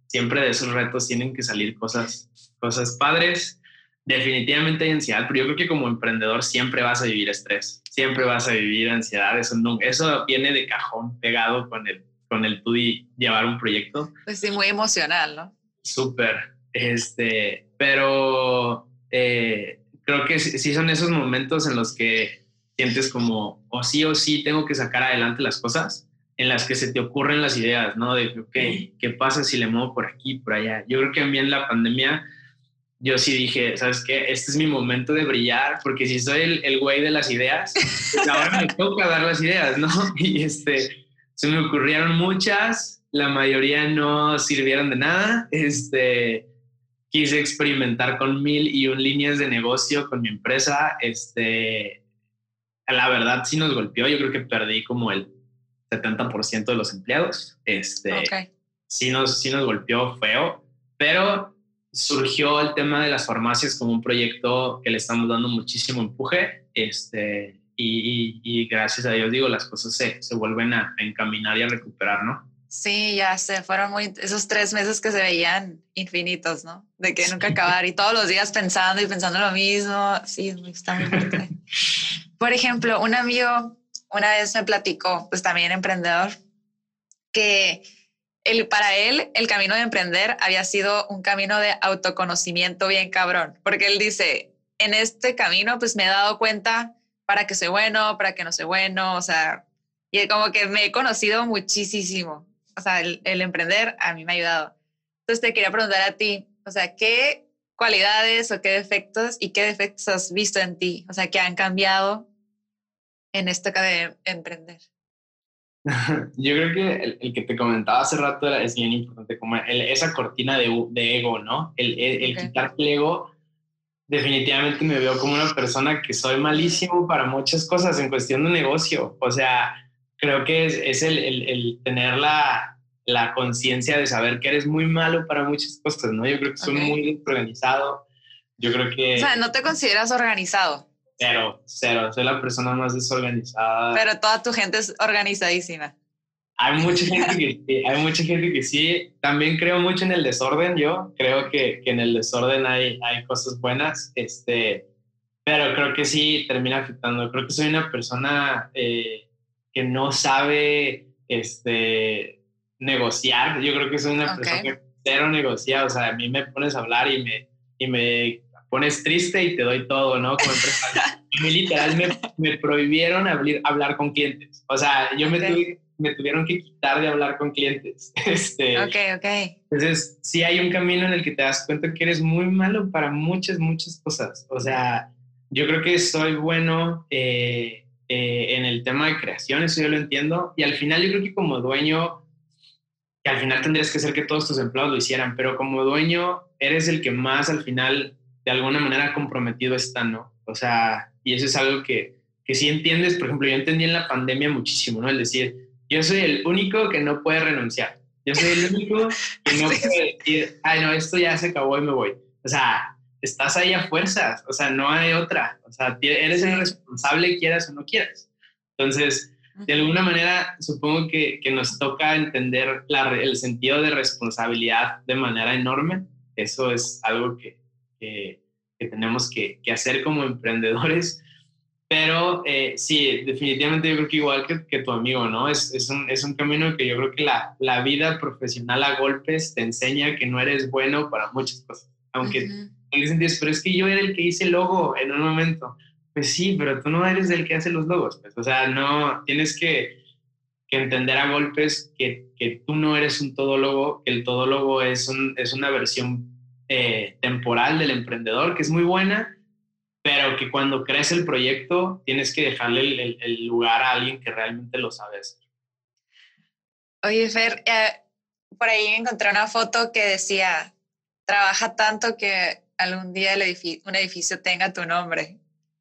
siempre de esos retos tienen que salir cosas, cosas padres. Definitivamente hay ansiedad, pero yo creo que como emprendedor siempre vas a vivir estrés, siempre vas a vivir ansiedad. Eso, no, eso viene de cajón pegado con el, con el tú y llevar un proyecto.
Pues sí, muy emocional, ¿no?
Súper. Este, pero eh, creo que sí, sí son esos momentos en los que sientes como, o sí o sí tengo que sacar adelante las cosas, en las que se te ocurren las ideas, ¿no? De, ok, ¿qué pasa si le muevo por aquí, por allá? Yo creo que a mí en la pandemia, yo sí dije, ¿sabes qué? Este es mi momento de brillar, porque si soy el, el güey de las ideas, pues ahora me toca dar las ideas, ¿no? Y este, se me ocurrieron muchas, la mayoría no sirvieron de nada, este... Quise experimentar con mil y un líneas de negocio con mi empresa. Este, la verdad sí nos golpeó. Yo creo que perdí como el setenta por ciento de los empleados. Este, okay. sí, nos, sí nos golpeó feo, pero surgió el tema de las farmacias como un proyecto que le estamos dando muchísimo empuje. Este, y, y, y gracias a Dios, digo, las cosas se, se vuelven a, a encaminar y a recuperar, ¿no?
Sí, ya sé, fueron muy, esos tres meses que se veían infinitos, ¿no? De que sí. Nunca acabar y todos los días pensando y pensando lo mismo. Sí, está muy fuerte. Por ejemplo, un amigo una vez me platicó, pues también emprendedor, que el, para él el camino de emprender había sido un camino de autoconocimiento bien cabrón, porque él dice, en este camino pues me he dado cuenta para que soy bueno, para que no soy bueno, o sea, y como que me he conocido muchísimo. O sea, el, el emprender a mí me ha ayudado. Entonces te quería preguntar a ti, o sea, ¿qué cualidades o qué defectos y qué defectos has visto en ti? O sea, que han cambiado en esto de emprender.
Yo creo que el, el que te comentaba hace rato era, es bien importante, como el, esa cortina de, de ego, ¿no? El, el, el okay. quitar el ego, definitivamente me veo como una persona que soy malísimo para muchas cosas en cuestión de negocio. O sea, creo que es, es el, el, el tener la, la conciencia de saber que eres muy malo para muchas cosas, ¿no? Yo creo que soy okay. muy desorganizado. Yo creo que...
O sea, ¿no te consideras organizado?
Cero, cero. Soy la persona más desorganizada.
Pero toda tu gente es organizadísima.
Hay mucha gente que sí, hay mucha gente que sí. También creo mucho en el desorden, yo. Creo que, que en el desorden hay, hay cosas buenas. Este, pero creo que sí termina afectando. Creo que soy una persona... Eh, que no sabe este, negociar. Yo creo que soy una okay. persona que cero negocia. O sea, a mí me pones a hablar y me, y me pones triste y te doy todo, ¿no? Como empresario. A mí literal me, me prohibieron hablar, hablar con clientes. O sea, yo okay. me, tuve, me tuvieron que quitar de hablar con clientes. Este,
ok, ok.
Entonces, sí hay un camino en el que te das cuenta que eres muy malo para muchas, muchas cosas. O sea, yo creo que soy bueno... Eh, Eh, en el tema de creación, eso yo lo entiendo, y al final yo creo que como dueño, que al final tendrías que hacer que todos tus empleados lo hicieran, pero como dueño eres el que más al final de alguna manera comprometido está, ¿no? O sea, y eso es algo que, que sí entiendes. Por ejemplo, yo entendí en la pandemia muchísimo, ¿no? El decir, yo soy el único que no puede renunciar, yo soy el único que no puede decir, ay no, esto ya se acabó y me voy. O sea, estás ahí a fuerzas, o sea, no hay otra, o sea, eres el responsable, quieras o no quieras. Entonces, de alguna manera, supongo que, que nos toca entender la, el sentido de responsabilidad de manera enorme. Eso es algo que, que, que tenemos que, que hacer como emprendedores. Pero eh, sí, definitivamente yo creo que igual que, que tu amigo, ¿no? Es, es, un, es un camino que yo creo que la, la vida profesional a golpes te enseña que no eres bueno para muchas cosas, aunque... Uh-huh. Pero es que yo era el que hice el logo en un momento. Pues sí, pero tú no eres el que hace los logos. Pues. O sea, no, tienes que, que entender a golpes que, que tú no eres un todólogo, que el todólogo es, un, es una versión eh, temporal del emprendedor, que es muy buena, pero que cuando crece el proyecto tienes que dejarle el, el, el lugar a alguien que realmente lo sabe hacer.
Oye, Fer, eh, por ahí encontré una foto que decía, trabaja tanto que algún día el edificio, un edificio tenga tu nombre.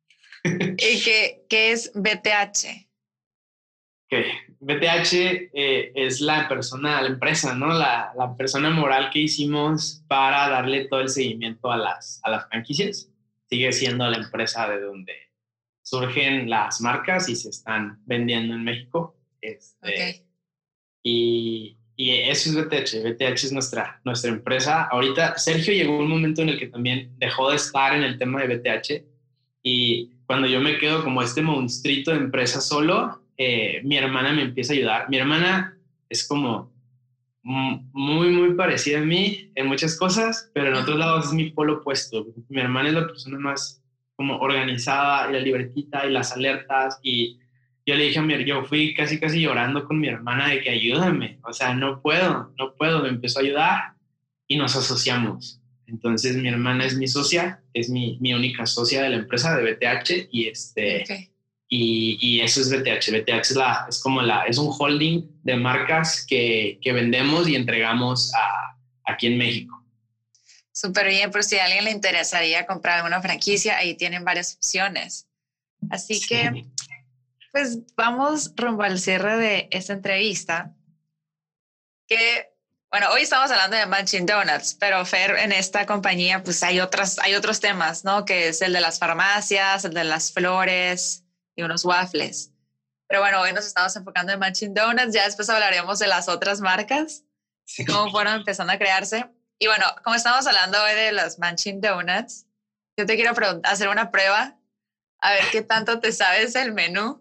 ¿Y qué, qué es B T H?
Okay. B T H eh, es la persona, la empresa, ¿no? La, la persona moral que hicimos para darle todo el seguimiento a las, a las franquicias. Sigue siendo la empresa de donde surgen las marcas y se están vendiendo en México. Este,
okay.
y, y eso es B T H. B T H es nuestra, nuestra empresa. Ahorita Sergio llegó un momento en el que también dejó de estar en el tema de B T H y cuando yo me quedo como este monstruito de empresa solo, eh, mi hermana me empieza a ayudar. Mi hermana es como muy, muy parecida a mí en muchas cosas, pero en otros lados es mi polo opuesto. Mi hermana es la persona más como organizada y la libretita y las alertas y yo le dije a mi, yo fui casi casi llorando con mi hermana de que ayúdame, o sea, no puedo, no puedo, me empezó a ayudar y nos asociamos. Entonces mi hermana es mi socia, es mi, mi única socia de la empresa de B T H y este...
Okay.
Y, y eso es B T H. B T H es, la, es como la, es un holding de marcas que, que vendemos y entregamos a, aquí en México.
Súper bien, por si a alguien le interesaría comprar alguna franquicia, ahí tienen varias opciones. Así sí. que, pues vamos rumbo al cierre de esta entrevista. Que, bueno, hoy estamos hablando de Munchkin Donuts, pero Fer, en esta compañía, pues hay otras, hay otros temas, ¿no? Que es el de las farmacias, el de las flores y unos waffles. Pero bueno, hoy nos estamos enfocando en Munchkin Donuts, ya después hablaremos de las otras marcas, sí. cómo fueron empezando a crearse. Y bueno, como estamos hablando hoy de las Munchkin Donuts, yo te quiero hacer una prueba, a ver qué tanto te sabes el menú.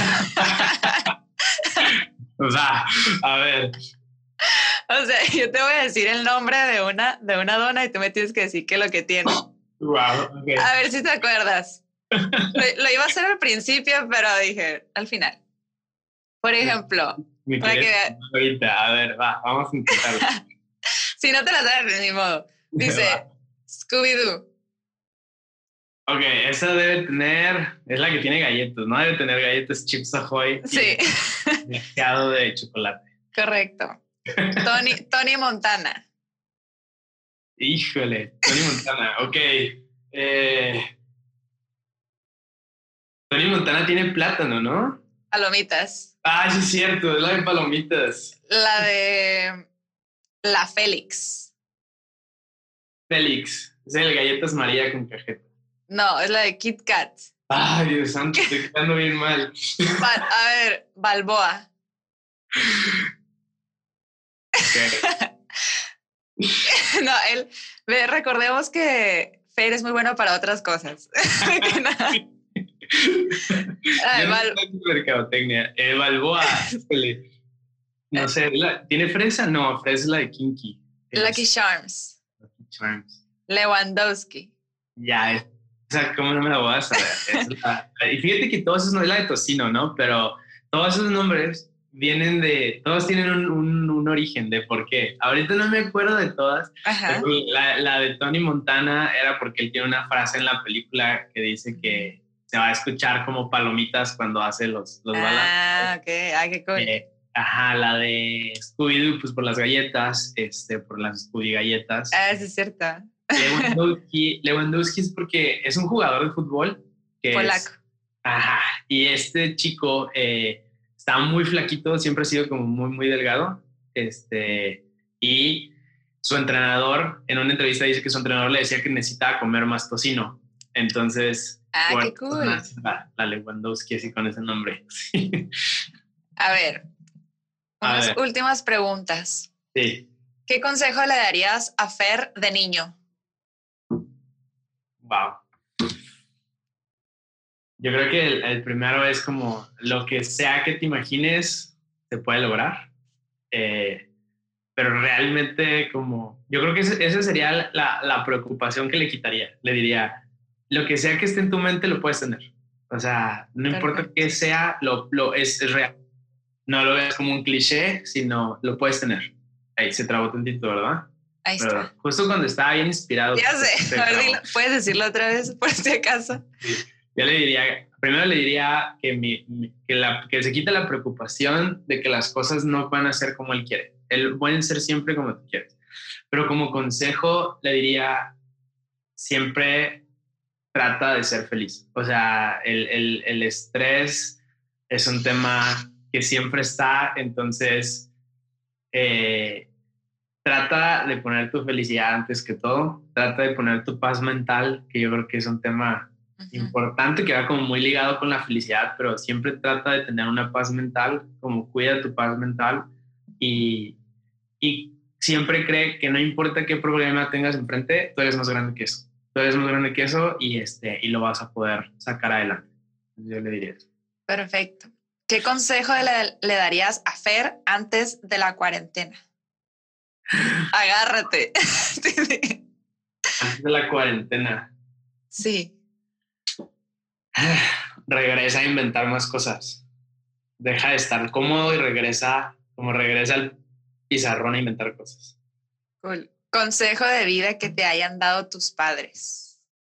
O sea, a ver.
O sea, yo te voy a decir el nombre de una, de una dona y tú me tienes que decir qué es lo que tiene.
Wow, okay.
A ver si te acuerdas. Lo, lo iba a hacer al principio, pero dije al final. Por ejemplo,
Mi
para que...
ahorita, a ver, va, vamos a intentarlo.
Si no te la sabes, ni modo. Dice Scooby-Doo.
Ok, esa debe tener, es la que tiene galletas, ¿no? Debe tener galletas Chips Ahoy.
Sí.
Mezclado de chocolate.
Correcto. Tony, Tony Montana.
Híjole, Tony Montana, ok. Eh... Tony Montana tiene plátano, ¿no?
Palomitas.
Ah, sí es cierto, es la de palomitas.
La de la Félix.
Félix, es el galletas María con cajeta.
No, es la de Kit Kat.
Ay, Dios santo, estoy quedando bien mal.
A ver, Balboa.
Okay.
No, él, recordemos que Fer es muy bueno para otras cosas.
Ay, Val... no mercadotecnia. Eh, Balboa, no sé, la, ¿tiene fresa? No, fresa es la de Kinky.
Lucky es... Charms.
Lucky Charms.
Lewandowski.
Ya, es, o sea, ¿cómo no me la voy a saber? Es la, y fíjate que todos esos no es la de tocino, ¿no? Pero todos esos nombres vienen de, todos tienen un, un, un origen de por qué. Ahorita no me acuerdo de todas. La, la de Tony Montana era porque él tiene una frase en la película que dice que se va a escuchar como palomitas cuando hace los, los balazos.
Ah, ok. Ah, qué cool.
Eh, ajá, la de Scooby-Doo, pues por las galletas, este, por las Scooby galletas.
Ah, sí es cierto.
Lewandowski, Lewandowski es porque es un jugador de fútbol. Que
polaco.
Es, ajá, y este chico eh, está muy flaquito, siempre ha sido como muy, muy delgado. Este, y su entrenador, en una entrevista dice que su entrenador le decía que necesitaba comer más tocino. Entonces...
Ah,
bueno,
qué cool.
La, la Lewandowski así con ese nombre.
A ver,
a
unas
ver.
últimas preguntas.
Sí.
¿Qué consejo le darías a Fer de niño?
Wow. Yo creo que el, el primero es como lo que sea que te imagines se puede lograr. Eh, pero realmente como... Yo creo que esa sería la, la preocupación que le quitaría. Le diría... Lo que sea que esté en tu mente lo puedes tener. O sea, no Perfecto. importa qué sea, lo, lo es, es real. No lo veas como un cliché, sino lo puedes tener. Ahí se trabó tantito, ¿verdad?
Ahí
Pero
está.
Justo cuando estaba bien inspirado.
Ya sé. A ver, dilo, ¿puedes decirlo otra vez por si acaso?
Sí. Yo le diría, primero le diría que, mi, mi, que, la, que se quite la preocupación de que las cosas no van a ser como él quiere. Él pueden ser siempre como tú quieres. Pero como consejo le diría siempre... trata de ser feliz. O sea, el, el, el estrés es un tema que siempre está, entonces eh, trata de poner tu felicidad antes que todo, trata de poner tu paz mental, que yo creo que es un tema uh-huh. importante, que va como muy ligado con la felicidad, pero siempre trata de tener una paz mental, como cuida tu paz mental y, y siempre cree que no importa qué problema tengas enfrente, tú eres más grande que eso. Tú eres más grande que eso y, este, y lo vas a poder sacar adelante. Yo le diría eso.
Perfecto. ¿Qué consejo le, le darías a Fer antes de la cuarentena? Agárrate.
Antes de la cuarentena.
Sí.
Regresa a inventar más cosas. Deja de estar cómodo y regresa, como regresa al pizarrón a inventar cosas.
Cool. Consejo de vida que te hayan dado tus padres.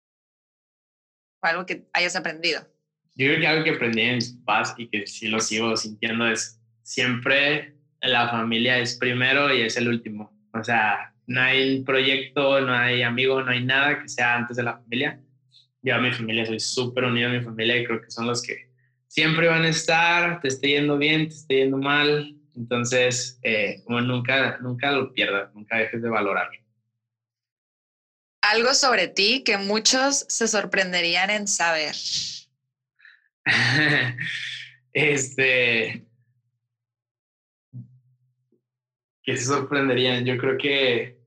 O algo que hayas aprendido.
Yo creo que algo que aprendí de mis papás y que sí lo sigo sintiendo es siempre la familia es primero y es el último. O sea, no hay proyecto, no hay amigo, no hay nada que sea antes de la familia. Yo a mi familia soy súper unido a mi familia y creo que son los que siempre van a estar, te esté yendo bien, te esté yendo mal. Entonces, eh, como nunca, nunca lo pierdas, nunca dejes de valorarlo.
Algo sobre ti que muchos se sorprenderían en saber.
este... que se sorprenderían. Yo creo que...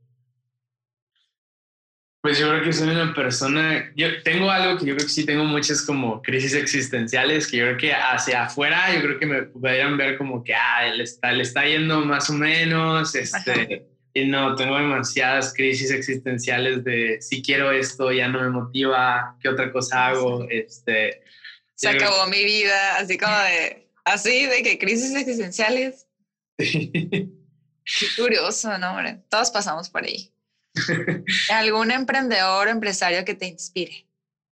Pues yo creo que soy una persona... Yo tengo algo que yo creo que sí tengo muchas como crisis existenciales que yo creo que hacia afuera yo creo que me podrían ver como que ah, le está, le está yendo más o menos. Este, y no, tengo demasiadas crisis existenciales de si quiero esto, ya no me motiva, ¿qué otra cosa hago? Este,
Se acabó creo... mi vida, así como de... Así de que crisis existenciales. Qué curioso, ¿no, hombre? Todos pasamos por ahí. ¿Algún emprendedor o empresario que te inspire?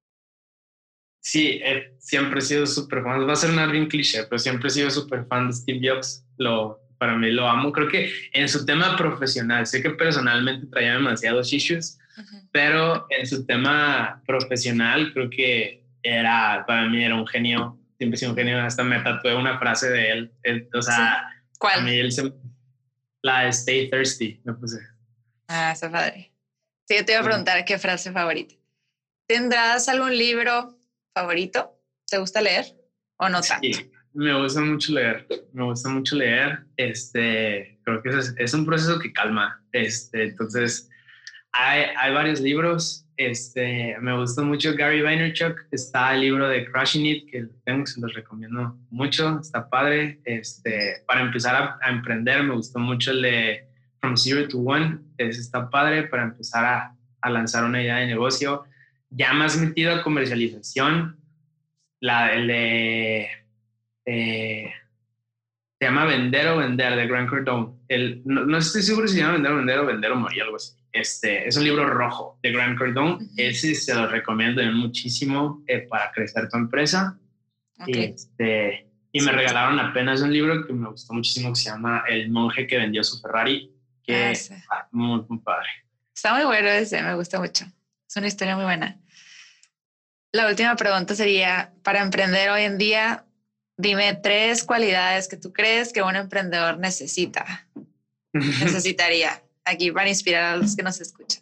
Sí, eh, siempre he sido súper fan. Va a ser un bien cliché, pero siempre he sido súper fan de Steve Jobs. Lo, para mí lo amo. Creo que en su tema profesional, sé que personalmente traía demasiados issues, uh-huh. pero en su tema profesional creo que era, para mí era un genio. Siempre he sido un genio. Hasta me tatué una frase de él. él o sea,
¿sí? ¿Cuál?
A mí él se, la de Stay Thirsty, me puse.
Ah, está padre. Sí, yo te iba a preguntar qué frase favorita. ¿Tendrás algún libro favorito? ¿Te gusta leer o no tanto?
Sí, me gusta mucho leer. Me gusta mucho leer. Este, creo que es, es un proceso que calma. Este, entonces, hay, hay varios libros. Este, me gusta mucho Gary Vaynerchuk. Está el libro de Crushing It, que tengo, se los recomiendo mucho. Está padre. Este, para empezar a, a emprender, me gustó mucho el de From Zero to One. Es, está padre para empezar a, a lanzar una idea de negocio. Ya más metido a comercialización, la, el de... Eh, se llama Vender o Vender, de Grant Cardone. El, no, no estoy seguro si se llama Vender o Vender o Vender o Morir, algo así. Este, es un libro rojo de Grant Cardone. Uh-huh. Ese se lo recomiendo muchísimo eh, para crecer tu empresa. Okay. Y, este, y sí, me regalaron apenas un libro que me gustó muchísimo que se llama El monje que vendió su Ferrari, que es ah, muy, muy padre.
Está muy bueno ese, me gusta mucho. Es una historia muy buena. La última pregunta sería, para emprender hoy en día, dime tres cualidades que tú crees que un emprendedor necesita. Necesitaría aquí para inspirar a los que nos escuchan.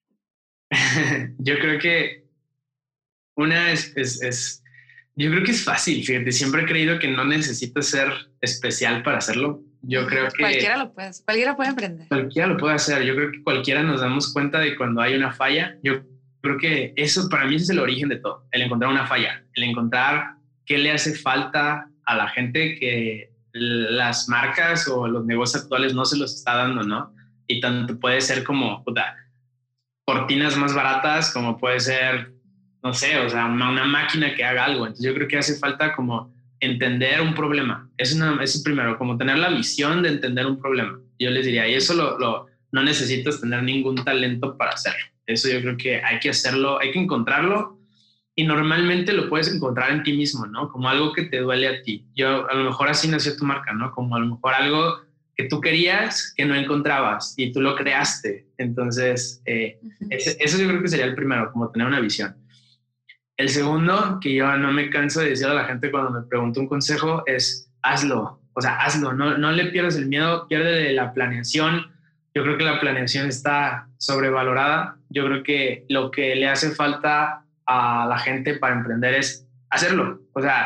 Yo creo que una es, es, es, yo creo que es fácil, fíjate, siempre he creído que no necesitas ser especial para hacerlo. Yo creo que...
Cualquiera lo puede hacer, cualquiera puede emprender.
Cualquiera lo puede hacer. Yo creo que cualquiera nos damos cuenta de cuando hay una falla. Yo creo que eso para mí es el origen de todo, el encontrar una falla, el encontrar qué le hace falta a la gente que las marcas o los negocios actuales no se los está dando, ¿no? Y tanto puede ser como puta, cortinas más baratas, como puede ser, no sé, o sea, una, una máquina que haga algo. Entonces yo creo que hace falta como entender un problema. Es, una, es primero, como tener la visión de entender un problema. Yo les diría, y eso lo, lo, no necesitas tener ningún talento para hacerlo. Eso yo creo que hay que hacerlo, hay que encontrarlo y normalmente lo puedes encontrar en ti mismo, ¿no? Como algo que te duele a ti. Yo, a lo mejor así nació tu marca, ¿no? Como a lo mejor algo que tú querías que no encontrabas y tú lo creaste. Entonces, eh, uh-huh. ese, eso yo creo que sería el primero, como tener una visión. El segundo, que yo no me canso de decir a la gente cuando me pregunta un consejo, es hazlo. O sea, hazlo. No, no le pierdas el miedo, pierde la planeación. Yo creo que la planeación está sobrevalorada. Yo creo que lo que le hace falta a la gente para emprender es hacerlo. O sea,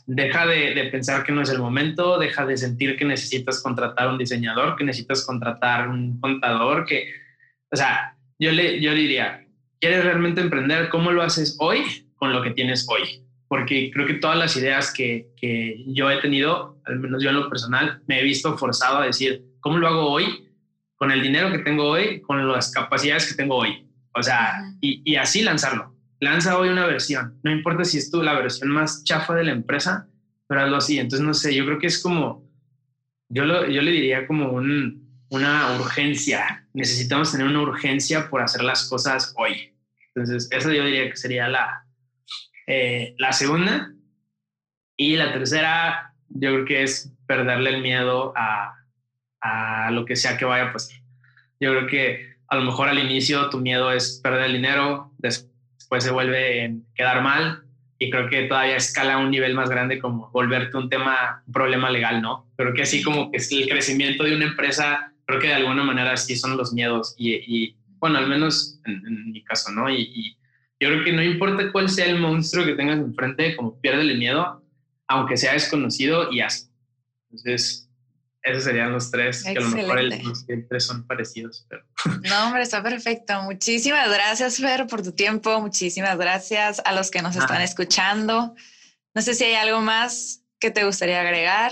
deja de, de pensar que no es el momento, deja de sentir que necesitas contratar un diseñador, que necesitas contratar un contador, que, o sea, yo le, yo le diría, ¿quieres realmente emprender? ¿Cómo lo haces hoy con lo que tienes hoy? Porque creo que todas las ideas que, que yo he tenido, al menos yo en lo personal, me he visto forzado a decir, ¿cómo lo hago hoy? Con el dinero que tengo hoy, con las capacidades que tengo hoy. O sea, uh-huh. y, y así lanzarlo. Lanza hoy una versión. No importa si es tú la versión más chafa de la empresa, pero hazlo así. Entonces, no sé, yo creo que es como, yo, lo, yo le diría como un, una urgencia. Necesitamos tener una urgencia por hacer las cosas hoy. Entonces, eso yo diría que sería la, eh, la segunda. Y la tercera, yo creo que es perderle el miedo a, a lo que sea que vaya a pasar. Yo creo que a lo mejor al inicio tu miedo es perder el dinero, después se vuelve en quedar mal, y creo que todavía escala a un nivel más grande como volverte un tema, un problema legal, ¿no? Creo que así como que es el crecimiento de una empresa, creo que de alguna manera así son los miedos y, y bueno, al menos en, en mi caso, ¿no? Y, y yo creo que no importa cuál sea el monstruo que tengas enfrente, como piérdele el miedo, aunque sea desconocido, y hazlo. Entonces, esos serían los tres, excelente. Que a lo mejor el, los tres son parecidos. Pero...
No, hombre, está perfecto. Muchísimas gracias, Fer, por tu tiempo. Muchísimas gracias a los que nos ah. están escuchando. No sé si hay algo más que te gustaría agregar.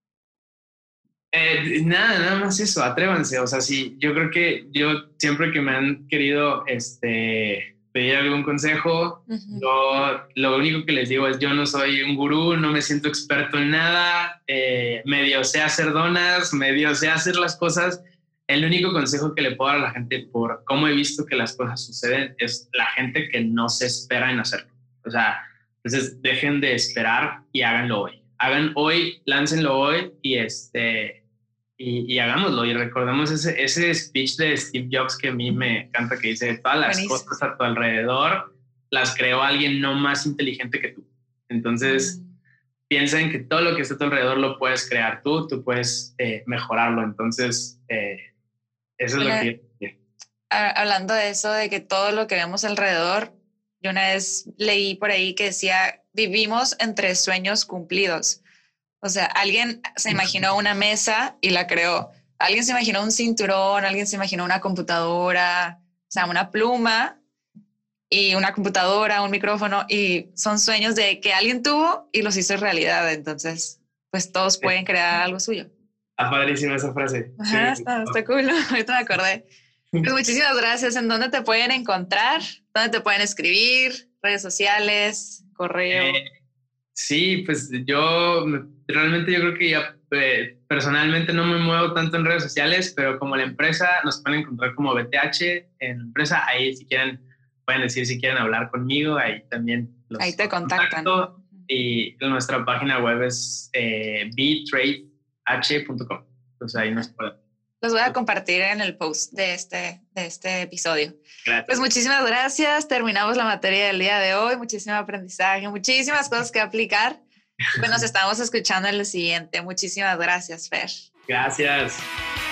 Eh, nada, nada más eso, atrévanse. O sea, sí, yo creo que yo siempre que me han querido este, pedir algún consejo, uh-huh. yo lo único que les digo es yo no soy un gurú, no me siento experto en nada, eh, medio sé hacer donas, medio sé hacer las cosas. El único consejo que le puedo dar a la gente por cómo he visto que las cosas suceden es la gente que no se espera en hacerlo. O sea, entonces dejen de esperar y háganlo hoy. Hagan hoy, láncenlo hoy y este... Y, y hagámoslo y recordemos ese, ese speech de Steve Jobs que a mí me encanta, que dice todas las Buenísimo. Cosas a tu alrededor las creó alguien no más inteligente que tú. Entonces mm. piensa en que todo lo que está a tu alrededor lo puedes crear tú, tú puedes eh, mejorarlo. Entonces eh, eso bueno, es lo que...
Hablando de eso, de que todo lo que vemos alrededor, yo una vez leí por ahí que decía, vivimos entre sueños cumplidos. O sea, alguien se imaginó una mesa y la creó. Alguien se imaginó un cinturón, alguien se imaginó una computadora, o sea, una pluma y una computadora, un micrófono, y son sueños de que alguien tuvo y los hizo realidad. Entonces, pues todos pueden crear algo suyo.
Está padrísima esa frase.
Ajá, sí, está, está cool. Ahorita me acordé. Pues muchísimas gracias. ¿En dónde te pueden encontrar? ¿Dónde te pueden escribir? ¿Redes sociales? ¿Correo?
Eh, sí, pues yo... Realmente yo creo que ya eh, personalmente no me muevo tanto en redes sociales, pero como la empresa nos pueden encontrar como B T H en la empresa, ahí si quieren, pueden decir si quieren hablar conmigo, ahí también los
ahí te contactan.
Y nuestra página web es eh, b trade h punto com. Entonces ahí nos pueden.
Los voy a compartir en el post de este, de este episodio.
Gracias.
Pues muchísimas gracias. Terminamos la materia del día de hoy. Muchísimo aprendizaje, muchísimas cosas que aplicar. Pues nos estamos escuchando en el siguiente. Muchísimas gracias, Fer.
Gracias.